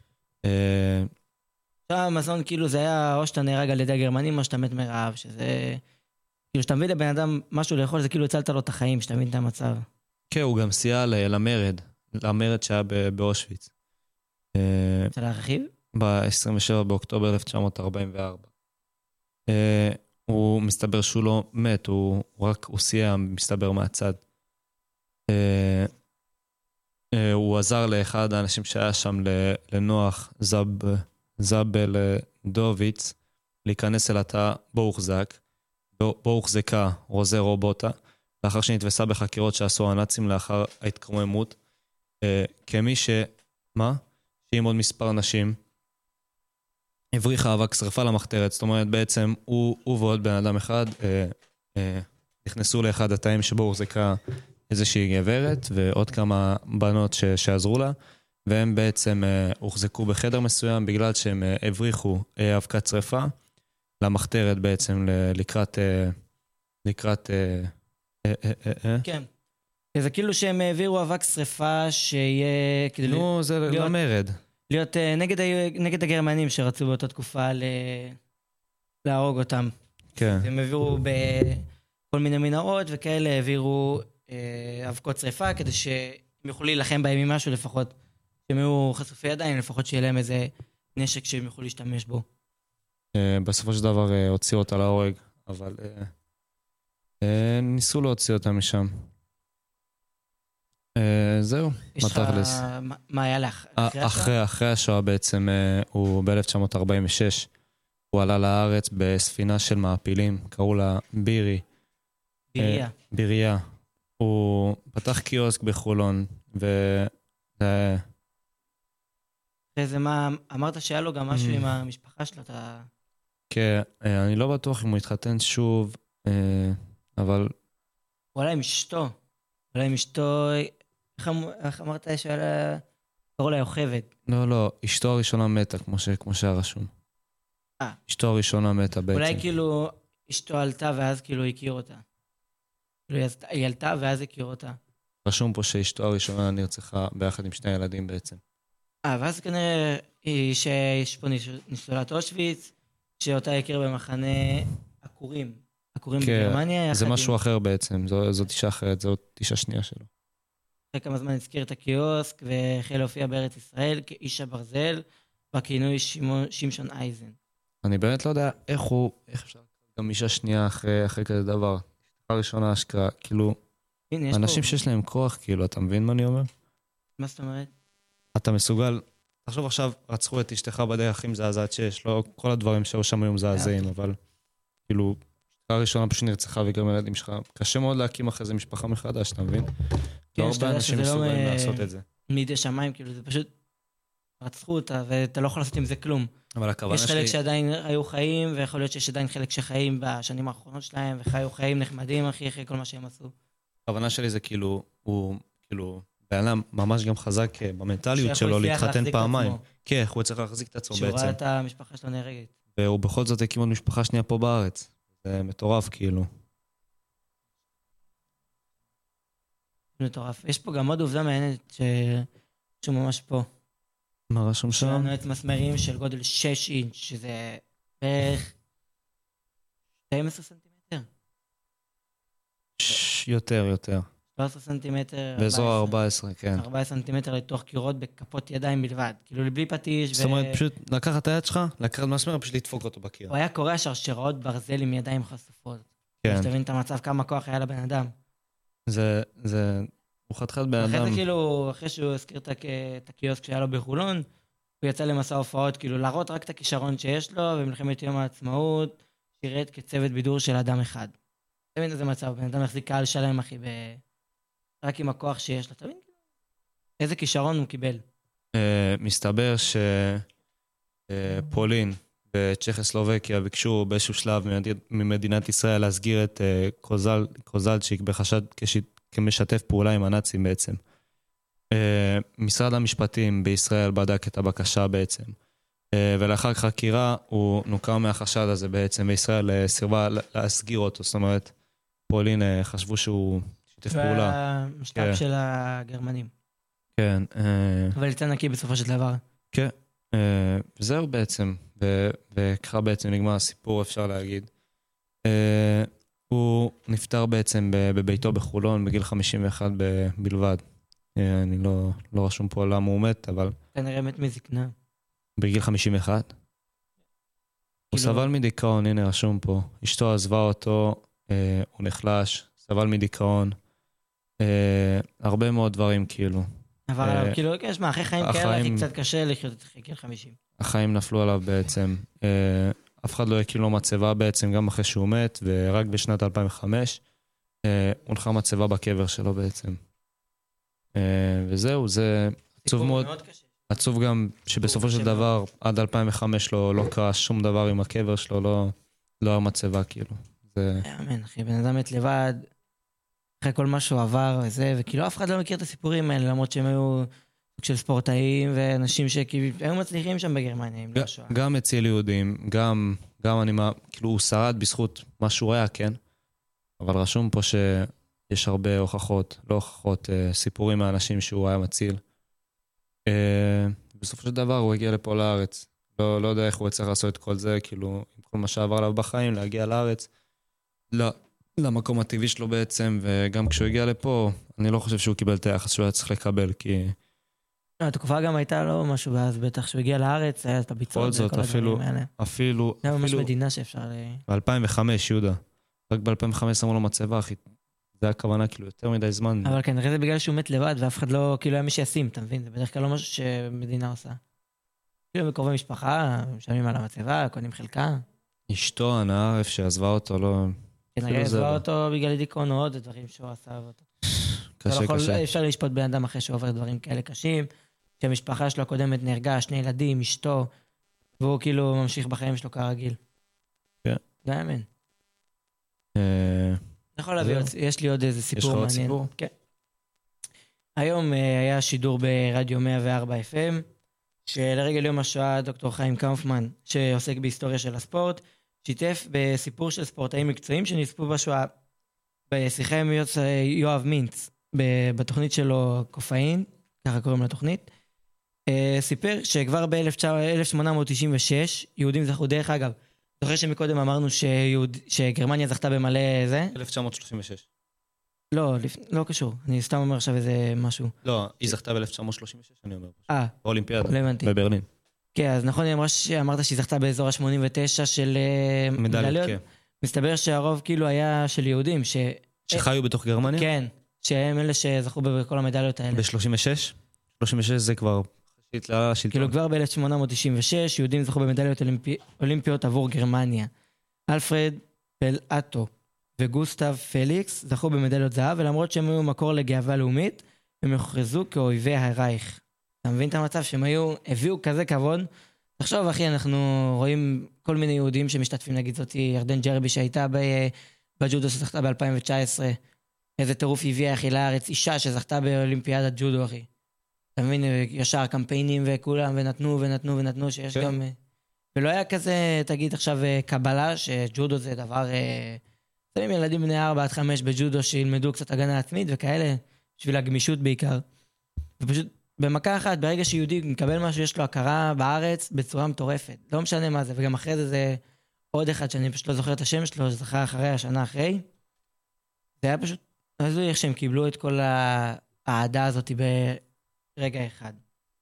המזון כאילו זה היה או שאתה נהרג על ידי הגרמנים או שאתה מת מרעב, שזה... כאילו שאתה מביא לבן אדם משהו לאכול, זה כאילו הצלת לו את החיים, שאתה מבין את המצב. כן, הוא גם סייע למרד, למרד שהיה באושוויץ. רוצה להרחיב? ב-עשרים ושבעה באוקטובר אלף תשע מאות ארבעים וארבע. הוא מסתבר שהוא לא מת, הוא רק, הוא סייע, מסתבר מהצד. הוא עזר לאחד האנשים שהיה שם, לנוח זב... זבל דוביץ, להיכנס אל התא בו הוחזק, בו הוחזקה רוזה רובוטה, לאחר שנתפסה בחקירות שעשו הנאצים לאחר ההתקוממות, כמי ש... מה? שעם עוד מספר נשים, הבריחה אבק שרפה למחתרת, זאת אומרת בעצם הוא, הוא ועוד בן אדם אחד, אה, אה, נכנסו לאחד התאים שבו הוחזקה איזושהי גברת, ועוד כמה בנות ש... שעזרו לה, והם בעצם uh, הוחזקו בחדר מסוים בגלל שהם uh, הבריחו uh, אבקת שרפה למחתרת בעצם ל- לקראת... Uh, לקראת... Uh, uh, uh, uh, uh. כן. זה כאילו שהם העבירו אבק שרפה שיהיה... נו, זה להיות, למרד. להיות uh, נגד, נגד הגרמנים שרצו באותה תקופה ל... להרוג אותם. כן. הם העבירו בכל מיני מנהרות וכאלה, העבירו uh, אבקות שרפה כדי שהם יוכלו להילחם בהם עם משהו לפחות. שהם היו חשופי ידיים, לפחות שיהיה להם איזה נשק שהם יכולו להשתמש בו. בסופו של דבר הוציאו אותה להורג, אבל ניסו להוציא אותה משם. זהו, מתכלס. מה היה לך? אחרי השואה בעצם, הוא ב-אלף תשע מאות ארבעים ושש, הוא עלה לארץ בספינה של מעפילים, קראו לה בירי. ביריה. ביריה. הוא פתח קיוסק בחולון, ו... זה מה, אמרת שהיה לו גם משהו עם המשפחה שלו, אתה... כן, אני לא בטוח אם הוא התחתן שוב, אבל... אולי עם אשתו, אולי עם אשתו, איך אמרת שהיה לה... קראו לה יוכבד. לא, לא, אשתו הראשונה מתה, כמו שהיה רשום. אה. אשתו הראשונה מתה בעצם. אולי כאילו אשתו עלתה ואז כאילו הכיר אותה. היא עלתה ואז הכיר אותה. רשום פה שאשתו הראשונה נרצחה ביחד עם שני ילדים בעצם. אה, ואז כנראה שיש פה ניצולת אושוויץ, שאותה הכיר במחנה עקורים. עקורים בגרמניה. זה משהו אחר בעצם, זאת אישה אחרת, זאת אישה שנייה שלו. אחרי כמה זמן הזכיר את הקיוסק, והחל להופיע בארץ ישראל כאיש הברזל, בכינוי שמשון אייזן. אני באמת לא יודע איך הוא, איך אפשר גם אישה שנייה אחרי, אחרי כזה דבר. אשתך ראשונה אשכרה, כאילו, הנה, יש אנשים פה... שיש להם כוח, כאילו, אתה מבין מה אני אומר? מה זאת אומרת? אתה מסוגל, תחשוב עכשיו, רצחו את אשתך בדרך הכי מזעזעת שיש, לא כל הדברים שהיו שם היו מזעזעים, אבל כאילו, אשתך הראשונה פשוט נרצחה וגם ילדים שלך, קשה מאוד להקים אחרי זה משפחה מחדש, אתה מבין? לא הרבה אנשים מסוגלים לעשות את זה. מידי שמיים, כאילו, זה פשוט רצחו אותה, ואתה לא יכול לעשות עם זה כלום. אבל הכוונה יש שלי... חלק שעדיין היו חיים, ויכול להיות שיש עדיין חלק שחיים בשנים האחרונות שלהם, וחיו חיים נחמדים, אחי, אחרי כל מה שהם עשו. הכוונה שלי זה כאילו, הוא, כאילו, בעלם ממש גם חזק במנטליות שלו להתחתן פעמיים. כן, הוא צריך להחזיק את עצמו בעצם. שהוא ראה את המשפחה שלו נהרגת. והוא בכל זאת הקים עוד משפחה שנייה פה בארץ. זה מטורף, כאילו. מטורף. יש פה גם עוד עובדה מעניינת שהוא ממש פה. מה רשום שם? שלנו את מסמרים של גודל שש אינץ', שזה בערך שתים עשרה סנטימטר. יותר, יותר. שלוש עשרה סנטימטר. באזור ארבע עשרה, כן. ארבע עשרה סנטימטר לתוך קירות בכפות ידיים בלבד. כאילו בלי פטיש. זאת אומרת, פשוט לקחת את היד שלך, לקחת מסמר, פשוט לדפוק אותו בקיר. הוא היה קורא שרשראות ברזל עם ידיים חשופות. כן. שתבין את המצב, כמה כוח היה לבן אדם. זה, זה, הוא חתכת בן אדם. אחרי זה כאילו, אחרי שהוא הזכיר את הקיוסק שהיה לו בחולון, הוא יצא למסע הופעות, כאילו להראות רק את הכישרון שיש לו, במלחמת יום העצמאות, שירת כצוות בידור של אדם אחד. תבין איזה מצב, בן אדם מחזיק קהל שלם, אחי, ב... רק עם הכוח שיש לו, תבין? איזה כישרון הוא קיבל. מסתבר שפולין וצ'כוסלובקיה ביקשו באיזשהו שלב ממדינת ישראל להסגיר את קוזלצ'יק בחשד כמשתף פעולה עם הנאצים בעצם. משרד המשפטים בישראל בדק את הבקשה בעצם, ולאחר חקירה הוא נוקר מהחשד הזה בעצם, וישראל סירבה להסגיר אותו, זאת אומרת, פולין חשבו שהוא שיתף פעולה. והמשטר של הגרמנים. כן. אבל יצא נקי בסופו של דבר. כן, וזהו בעצם, וככה בעצם נגמר הסיפור, אפשר להגיד. הוא נפטר בעצם בביתו בחולון בגיל חמישים ואחת בלבד. אני לא, לא רשום פה למה הוא מת, אבל... כנראה מת מזקנה. בגיל חמישים ואחת? הוא סבל מדיכאון, הנה רשום פה. אשתו עזבה אותו, הוא נחלש, סבל מדיכאון. הרבה מאוד דברים כאילו. אבל כאילו, יש מה, אחרי חיים כאלה הכי קצת קשה לחיות את גיל חמישים. החיים נפלו עליו בעצם. אף אחד לא הקים לו מצבה בעצם, גם אחרי שהוא מת, ורק בשנת אלפיים וחמש הונחה מצבה בקבר שלו בעצם. וזהו, זה עצוב מאוד. עצוב גם שבסופו של דבר, עד אלפיים וחמש לא קרה שום דבר עם הקבר שלו, לא היה מצבה כאילו. אמן, אחי, בן אדם מת לבד, אחרי כל מה שהוא עבר וזה, וכאילו אף אחד לא מכיר את הסיפורים האלה, למרות שהם היו של ספורטאים ואנשים שהיו מצליחים שם בגרמניה, אם לא שואה. גם אצל יהודים, גם, גם אני, כאילו הוא שרד בזכות מה שהוא היה, כן? אבל רשום פה שיש הרבה הוכחות, לא הוכחות, סיפורים מהאנשים שהוא היה מציל. בסופו של דבר הוא הגיע לפה לארץ. לא, לא יודע איך הוא יצטרך לעשות את כל זה, כאילו, עם כל מה שעבר עליו בחיים, להגיע לארץ. לא. למקום הטבעי שלו בעצם, וגם כשהוא הגיע לפה, אני לא חושב שהוא קיבל את היחס שהוא היה צריך לקבל, כי... התקופה גם הייתה לו משהו, ואז בטח שהוא הגיע לארץ, היה את הביצות וכל הדברים האלה. אפילו... זה היה ממש מדינה שאפשר... ב-אלפיים וחמש, יהודה. רק ב-אלפיים וחמש שמו לו מצבה, אחי. זה היה הכוונה, כאילו, יותר מדי זמן. אבל כנראה זה בגלל שהוא מת לבד, ואף אחד לא, כאילו, היה מי שישים, אתה מבין? זה בדרך כלל לא משהו שמדינה עושה. כאילו, מקרובי משפחה, משלמים על המצבה, קונים חלקה. אשתו, הנערף שעזבה אותו, לא... כנראה עזבה אותו בגלל דיכאונות, דברים שהוא עשה אותו. קשה, קשה. אפשר לשפוט בן אדם אחרי שהוא עובר דברים כאלה קשים, שהמשפחה שלו הקודמת נהרגה, שני ילדים, אשתו, והוא כאילו ממשיך בחיים שלו כרגיל. כן. זה אמן. יכול להביא, יש לי עוד איזה סיפור מעניין. יש לך עוד סיפור? כן. היום היה שידור ברדיו מאה וארבע אף אם, שלרגל יום השואה דוקטור חיים קאופמן, שעוסק בהיסטוריה של הספורט, שיתף בסיפור של ספורטאים מקצועיים שנספו בשואה. בשיחה עם יואב מינץ, בתוכנית שלו קופאין, ככה קוראים לתוכנית, סיפר שכבר ב-אלף שמונה מאות תשעים ושש, יהודים זכו, דרך אגב, זוכר שמקודם אמרנו שיהוד, שגרמניה זכתה במלא זה? אלף תשע מאות שלושים ושש. לא, לא קשור, אני סתם אומר עכשיו איזה משהו. לא, היא זכתה ב-אלף תשע מאות שלושים ושש, אני אומר. אה. באולימפיאדה, בברלין. כן, אז נכון, אמרת שהיא זכתה באזור ה-שמונים ותשע של מדליות. מסתבר שהרוב כאילו היה של יהודים, ש... שחיו בתוך גרמניה? כן, שהם אלה שזכו בכל המדליות האלה. ב-שלושים ושש? שלושים ושש זה כבר התלהה לשלטון. כאילו כבר ב-אלף שמונה מאות תשעים ושש, יהודים זכו במדליות אולימפי... אולימפיות עבור גרמניה. אלפרד פלאטו וגוסטב פליקס זכו במדליות זהב, ולמרות שהם היו מקור לגאווה לאומית, הם הוכרזו כאויבי הרייך. אתה מבין את המצב? שהם היו, הביאו כזה כבוד. תחשוב, אחי, אנחנו רואים כל מיני יהודים שמשתתפים, נגיד זאתי ירדן ג'רבי שהייתה בג'ודו שזכתה ב-אלפיים תשע עשרה. איזה טירוף הביאה אחי לארץ, אישה שזכתה באולימפיאדת ג'ודו, אחי. אתה מבין, ישר קמפיינים וכולם, ונתנו ונתנו ונתנו, שיש okay. גם... ולא היה כזה, תגיד עכשיו, קבלה, שג'ודו זה דבר... שמים ילדים בני ארבע עד חמש בג'ודו, שילמדו קצת הגנה עצמית וכאלה, בשביל הגמישות בעיקר. ופשוט במכה אחת, ברגע שיהודי מקבל משהו, יש לו הכרה בארץ בצורה מטורפת. לא משנה מה זה, וגם אחרי זה זה עוד אחד, שאני פשוט לא זוכר את השם שלו, שזכה אחרי, השנה אחרי. זה היה פשוט... אז איך שהם קיבלו את כל העדה הזאת ברגע אחד.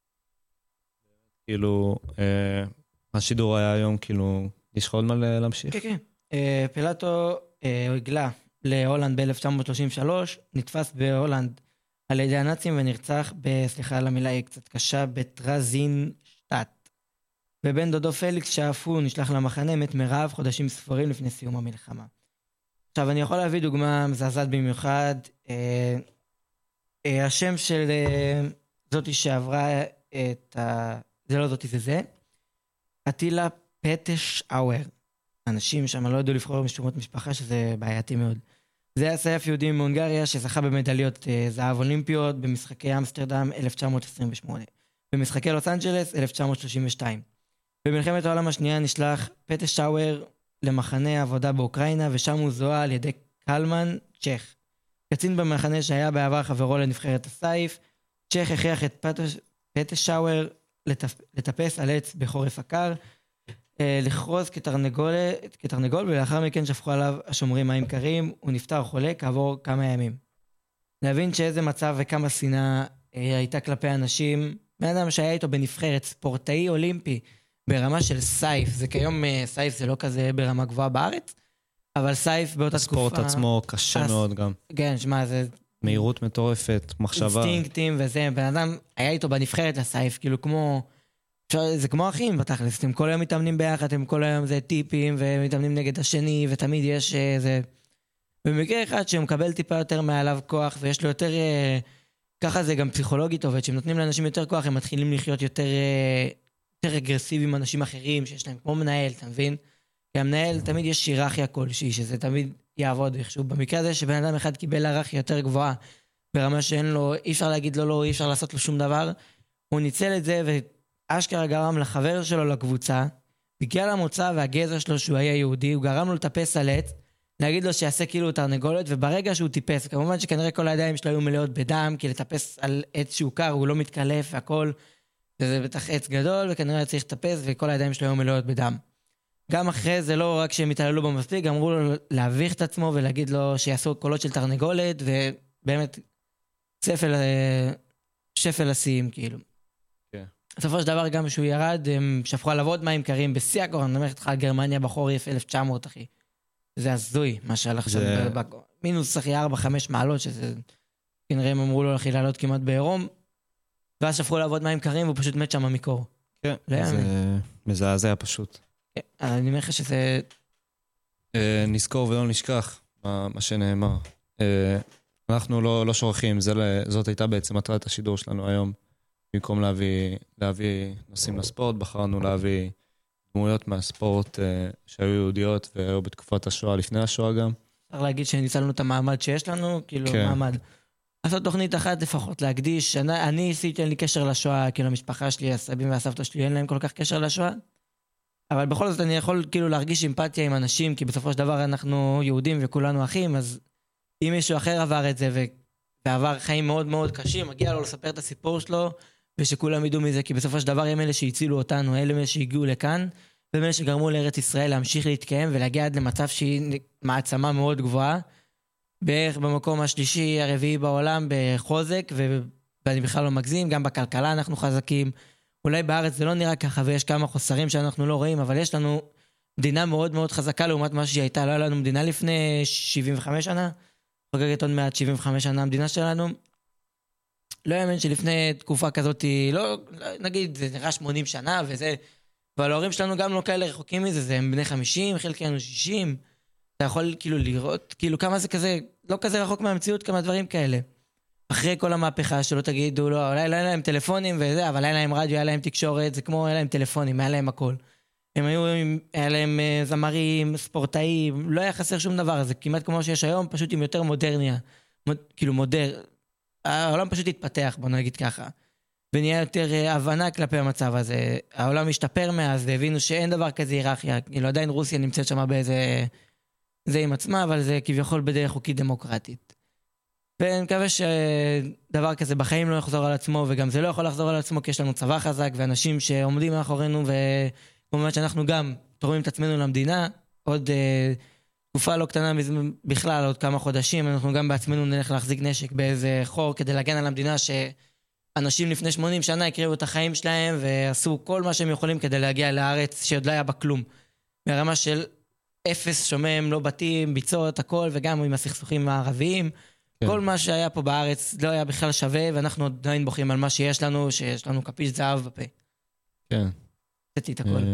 כאילו, אה, השידור היה היום, כאילו, יש לך עוד מה להמשיך? כן, כן. אה, פלאטו אה, הגלה להולנד ב-אלף תשע מאות שלושים ושלוש, נתפס בהולנד על ידי הנאצים ונרצח, בסליחה על המילה היא קצת קשה, בטרזינשטט. ובן דודו פליקס שאף הוא נשלח למחנה, מת מרעב חודשים ספורים לפני סיום המלחמה. עכשיו, אני יכול להביא דוגמה מזעזעת במיוחד. אה, אה, השם של אה, זאתי שעברה את ה... זה לא זאתי, זה זה. אטילה פטשאוור. אנשים שם לא ידעו לבחור משומות משפחה, שזה בעייתי מאוד. זה היה סייף יהודי מהונגריה שזכה במדליות אה, זהב אולימפיות במשחקי אמסטרדם אלף תשע מאות עשרים ושמונה. במשחקי לוס אנג'לס אלף תשע מאות שלושים ושתיים. במלחמת העולם השנייה נשלח פטשאוור למחנה עבודה באוקראינה, ושם הוא זוהה על ידי קלמן צ'ך. קצין במחנה שהיה בעבר חברו לנבחרת הסייף, צ'ך הכריח את פטשאוור לטפ... לטפס על עץ בחורף הקר, לכרוז כתרנגול, כתרנגול, ולאחר מכן שפכו עליו השומרים מים קרים, הוא נפטר חולה כעבור כמה ימים. להבין שאיזה מצב וכמה שנאה הייתה כלפי אנשים, מאדם שהיה איתו בנבחרת, ספורטאי אולימפי, ברמה של סייף. זה כיום סייף זה לא כזה ברמה גבוהה בארץ, אבל סייף באותה תקופה... הספורט עצמו קשה מאוד גם. כן, שמה, זה... מהירות מטורפת, מחשבה. אינסטינקטים וזה, בן אדם היה איתו בנבחרת לסייף, כאילו כמו... זה כמו אחים בתכלס, אתם כל היום מתאמנים ביחד, אתם כל היום זה טיפים ומתאמנים נגד השני, ותמיד יש איזה... במקרה אחד שמקבל טיפה יותר מעליו כוח, ויש לו יותר... ככה זה גם פסיכולוגית עובד, שהם נותנים לאנשים יותר כוח, הם מתחילים לחיות יותר... יותר אגרסיביים עם אנשים אחרים שיש להם כמו מנהל, אתה מבין? כי המנהל תמיד יש היררכיה כלשהי, שזה תמיד יעבוד איכשהו. במקרה הזה שבן אדם אחד קיבל היררכיה יותר גבוהה, ברמה שאין לו, אי אפשר להגיד לו לא, אי אפשר לעשות לו שום דבר, הוא ניצל את זה ואשכרה גרם לחבר שלו לקבוצה, בגלל המוצא והגזע שלו שהוא היה יהודי, הוא גרם לו לטפס על עץ, להגיד לו שיעשה כאילו תרנגולת, וברגע שהוא טיפס, כמובן שכנראה כל הידיים שלו היו מלאות בדם, כי לטפס על עץ שהוא קר, הוא לא מתקלף והכל, זה בטח עץ גדול, וכנראה צריך לטפס, וכל הידיים שלו היו מלאות בדם. גם אחרי זה לא רק שהם התעללו במספיק, אמרו לו להביך את עצמו, ולהגיד לו שיעשו קולות של תרנגולת, ובאמת שפל, שפל השיאים, כאילו. כן. בסופו של דבר גם שהוא ירד, הם שפכו עליו עוד מים קרים, בשיא הקור, אני אומר לך על גרמניה בחורף אלף תשע מאות, אחי. זה הזוי, מה שהלך שם, זה... מינוס אחי ארבע חמש מעלות, שזה כנראה הם אמרו לו אחי לעלות כמעט בעירום, ואז שפכו לעבוד מים קרים, והוא פשוט מת שם מקור. כן, זה מזעזע פשוט. אני אומר לך שזה... נזכור ולא נשכח מה שנאמר. אנחנו לא שוכחים, זאת הייתה בעצם מטרת השידור שלנו היום. במקום להביא נושאים לספורט, בחרנו להביא דמויות מהספורט שהיו יהודיות, והיו בתקופת השואה, לפני השואה גם. צריך להגיד שניצלנו את המעמד שיש לנו, כאילו מעמד. לעשות תוכנית אחת לפחות, להקדיש. אני עשיתי, אין לי קשר לשואה, כאילו המשפחה שלי, הסבים והסבתא שלי, אין להם כל כך קשר לשואה. אבל בכל זאת אני יכול כאילו להרגיש אמפתיה עם אנשים, כי בסופו של דבר אנחנו יהודים וכולנו אחים, אז אם מישהו אחר עבר את זה ו... ועבר חיים מאוד מאוד קשים, מגיע לו לספר את הסיפור שלו, ושכולם ידעו מזה, כי בסופו של דבר הם אלה שהצילו אותנו, אלה שהגיעו לכאן, והם אלה שגרמו לארץ ישראל להמשיך להתקיים, ולהגיע עד למצב שהיא מעצמה מאוד גבוהה, בערך במקום השלישי, הרביעי בעולם, בחוזק, ואני בכלל לא מגזים, גם בכלכלה אנחנו חזקים, אולי בארץ זה לא נראה ככה, ויש כמה חוסרים שאנחנו לא רואים, אבל יש לנו מדינה מאוד מאוד חזקה לעומת מה שהיא הייתה. לא היה לנו מדינה לפני שבעים וחמש שנה, חוגגת עוד מעט שבעים וחמש שנה המדינה שלנו. לא יאמן שלפני תקופה כזאת, לא, נגיד, זה נראה שמונים שנה וזה, אבל ההורים שלנו גם לא כאלה רחוקים מזה, זה הם בני חמישים, חלקנו שישים, אתה יכול כאילו לראות, כאילו כמה זה כזה, לא כזה רחוק מהמציאות, כמה דברים כאלה. אחרי כל המהפכה שלא תגידו, לא, אולי לא היה להם טלפונים וזה, אבל היה להם רדיו, היה להם תקשורת, זה כמו היה להם טלפונים, היה להם הכל. הם היו, היה להם זמרים, ספורטאים, לא היה חסר שום דבר, זה כמעט כמו שיש היום, פשוט עם יותר מודרניה, מוד, כאילו מודר, העולם פשוט התפתח, בוא נגיד ככה, ונהיה יותר הבנה כלפי המצב הזה, העולם משתפר מאז, והבינו שאין דבר כזה היררכיה, כאילו עדיין רוסיה נמצאת שם באיזה, זה עם עצמה, אבל זה כביכול בדרך חוקית דמוקרטית. ואני מקווה שדבר כזה בחיים לא יחזור על עצמו, וגם זה לא יכול לחזור על עצמו, כי יש לנו צבא חזק, ואנשים שעומדים מאחורינו, וכמובן שאנחנו גם תורמים את עצמנו למדינה, עוד אה, תקופה לא קטנה בכלל, עוד כמה חודשים, אנחנו גם בעצמנו נלך להחזיק נשק באיזה חור, כדי להגן על המדינה שאנשים לפני שמונים שנה הקריבו את החיים שלהם, ועשו כל מה שהם יכולים כדי להגיע לארץ, שעוד לא היה בה כלום. ברמה של אפס שומם, לא בתים, ביצות, הכל, וגם עם הסכסוכים הערביים, כן. כל מה שהיה פה בארץ לא היה בכלל שווה, ואנחנו עדיין בוכים על מה שיש לנו, שיש לנו כפיש זהב בפה. כן. עשיתי את הכל.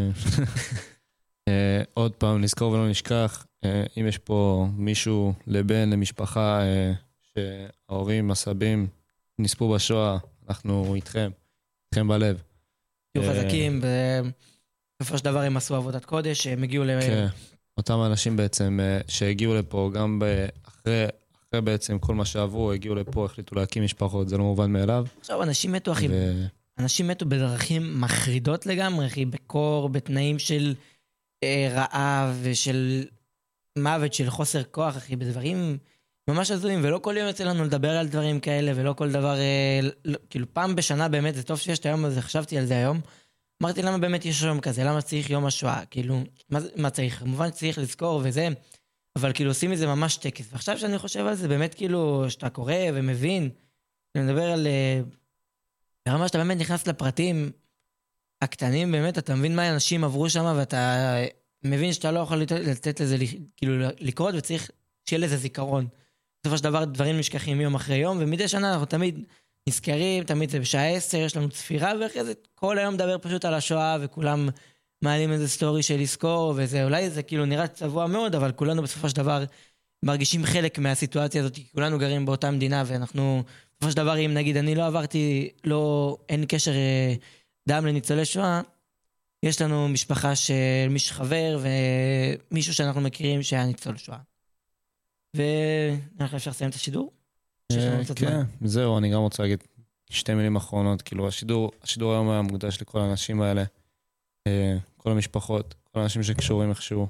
עוד פעם, נזכור ולא נשכח, אם יש פה מישהו לבן, למשפחה, שההורים, הסבים, נספו בשואה, אנחנו איתכם, איתכם בלב. תהיו חזקים, ובסופו של דבר הם עשו עבודת קודש, הם הגיעו ל... כן, אותם אנשים בעצם שהגיעו לפה, גם אחרי... אחרי בעצם כל מה שעברו, הגיעו לפה, החליטו להקים משפחות, זה לא מובן מאליו. עכשיו, אנשים מתו, אחי. ו... אנשים מתו בדרכים מחרידות לגמרי, אחי, בקור, בתנאים של אה, רעב ושל מוות, של חוסר כוח, אחי, בדברים ממש הזויים, ולא כל יום יוצא לנו לדבר על דברים כאלה, ולא כל דבר, אה, לא, כאילו פעם בשנה באמת, זה טוב שיש את היום הזה, חשבתי על זה היום, אמרתי למה באמת יש יום כזה, למה צריך יום השואה, כאילו, מה, מה צריך? כמובן צריך לזכור וזה, אבל כאילו עושים מזה ממש טקס. ועכשיו שאני חושב על זה, באמת כאילו, שאתה קורא ומבין, אני מדבר על... ברמה שאתה באמת נכנס לפרטים הקטנים, באמת, אתה מבין מה אנשים עברו שם, ואתה מבין שאתה לא יכול לתת לזה, כאילו, לקרות, וצריך שיהיה לזה זיכרון. בסופו של דבר, דברים משכחים יום אחרי יום, ומדי שנה אנחנו תמיד נזכרים, תמיד זה בשעה עשר, יש לנו צפירה, ואחרי זה כל היום מדבר פשוט על השואה, וכולם... מעלים איזה סטורי של לזכור, וזה אולי זה כאילו נראה צבוע מאוד, אבל כולנו בסופו של דבר מרגישים חלק מהסיטואציה הזאת, כי כולנו גרים באותה מדינה, ואנחנו, בסופו של דבר, אם נגיד, אני לא עברתי, לא, אין קשר דם לניצולי שואה, יש לנו משפחה של מישהו חבר, ומישהו שאנחנו מכירים שהיה ניצול שואה. ואנחנו אפשר לסיים את השידור? כן, זהו, אני גם רוצה להגיד שתי מילים אחרונות, כאילו, השידור, השידור היום היה מוקדש לכל האנשים האלה, כל המשפחות, כל האנשים שקשורים איכשהו,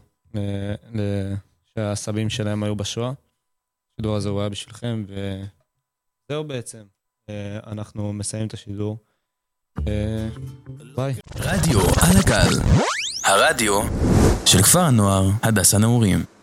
שהסבים שלהם היו בשואה. השידור הזה הוא היה בשבילכם, וזהו בעצם. אנחנו מסיימים את השידור. ביי. רדיו על הגל, הרדיו של כפר הנוער הדס הנעורים.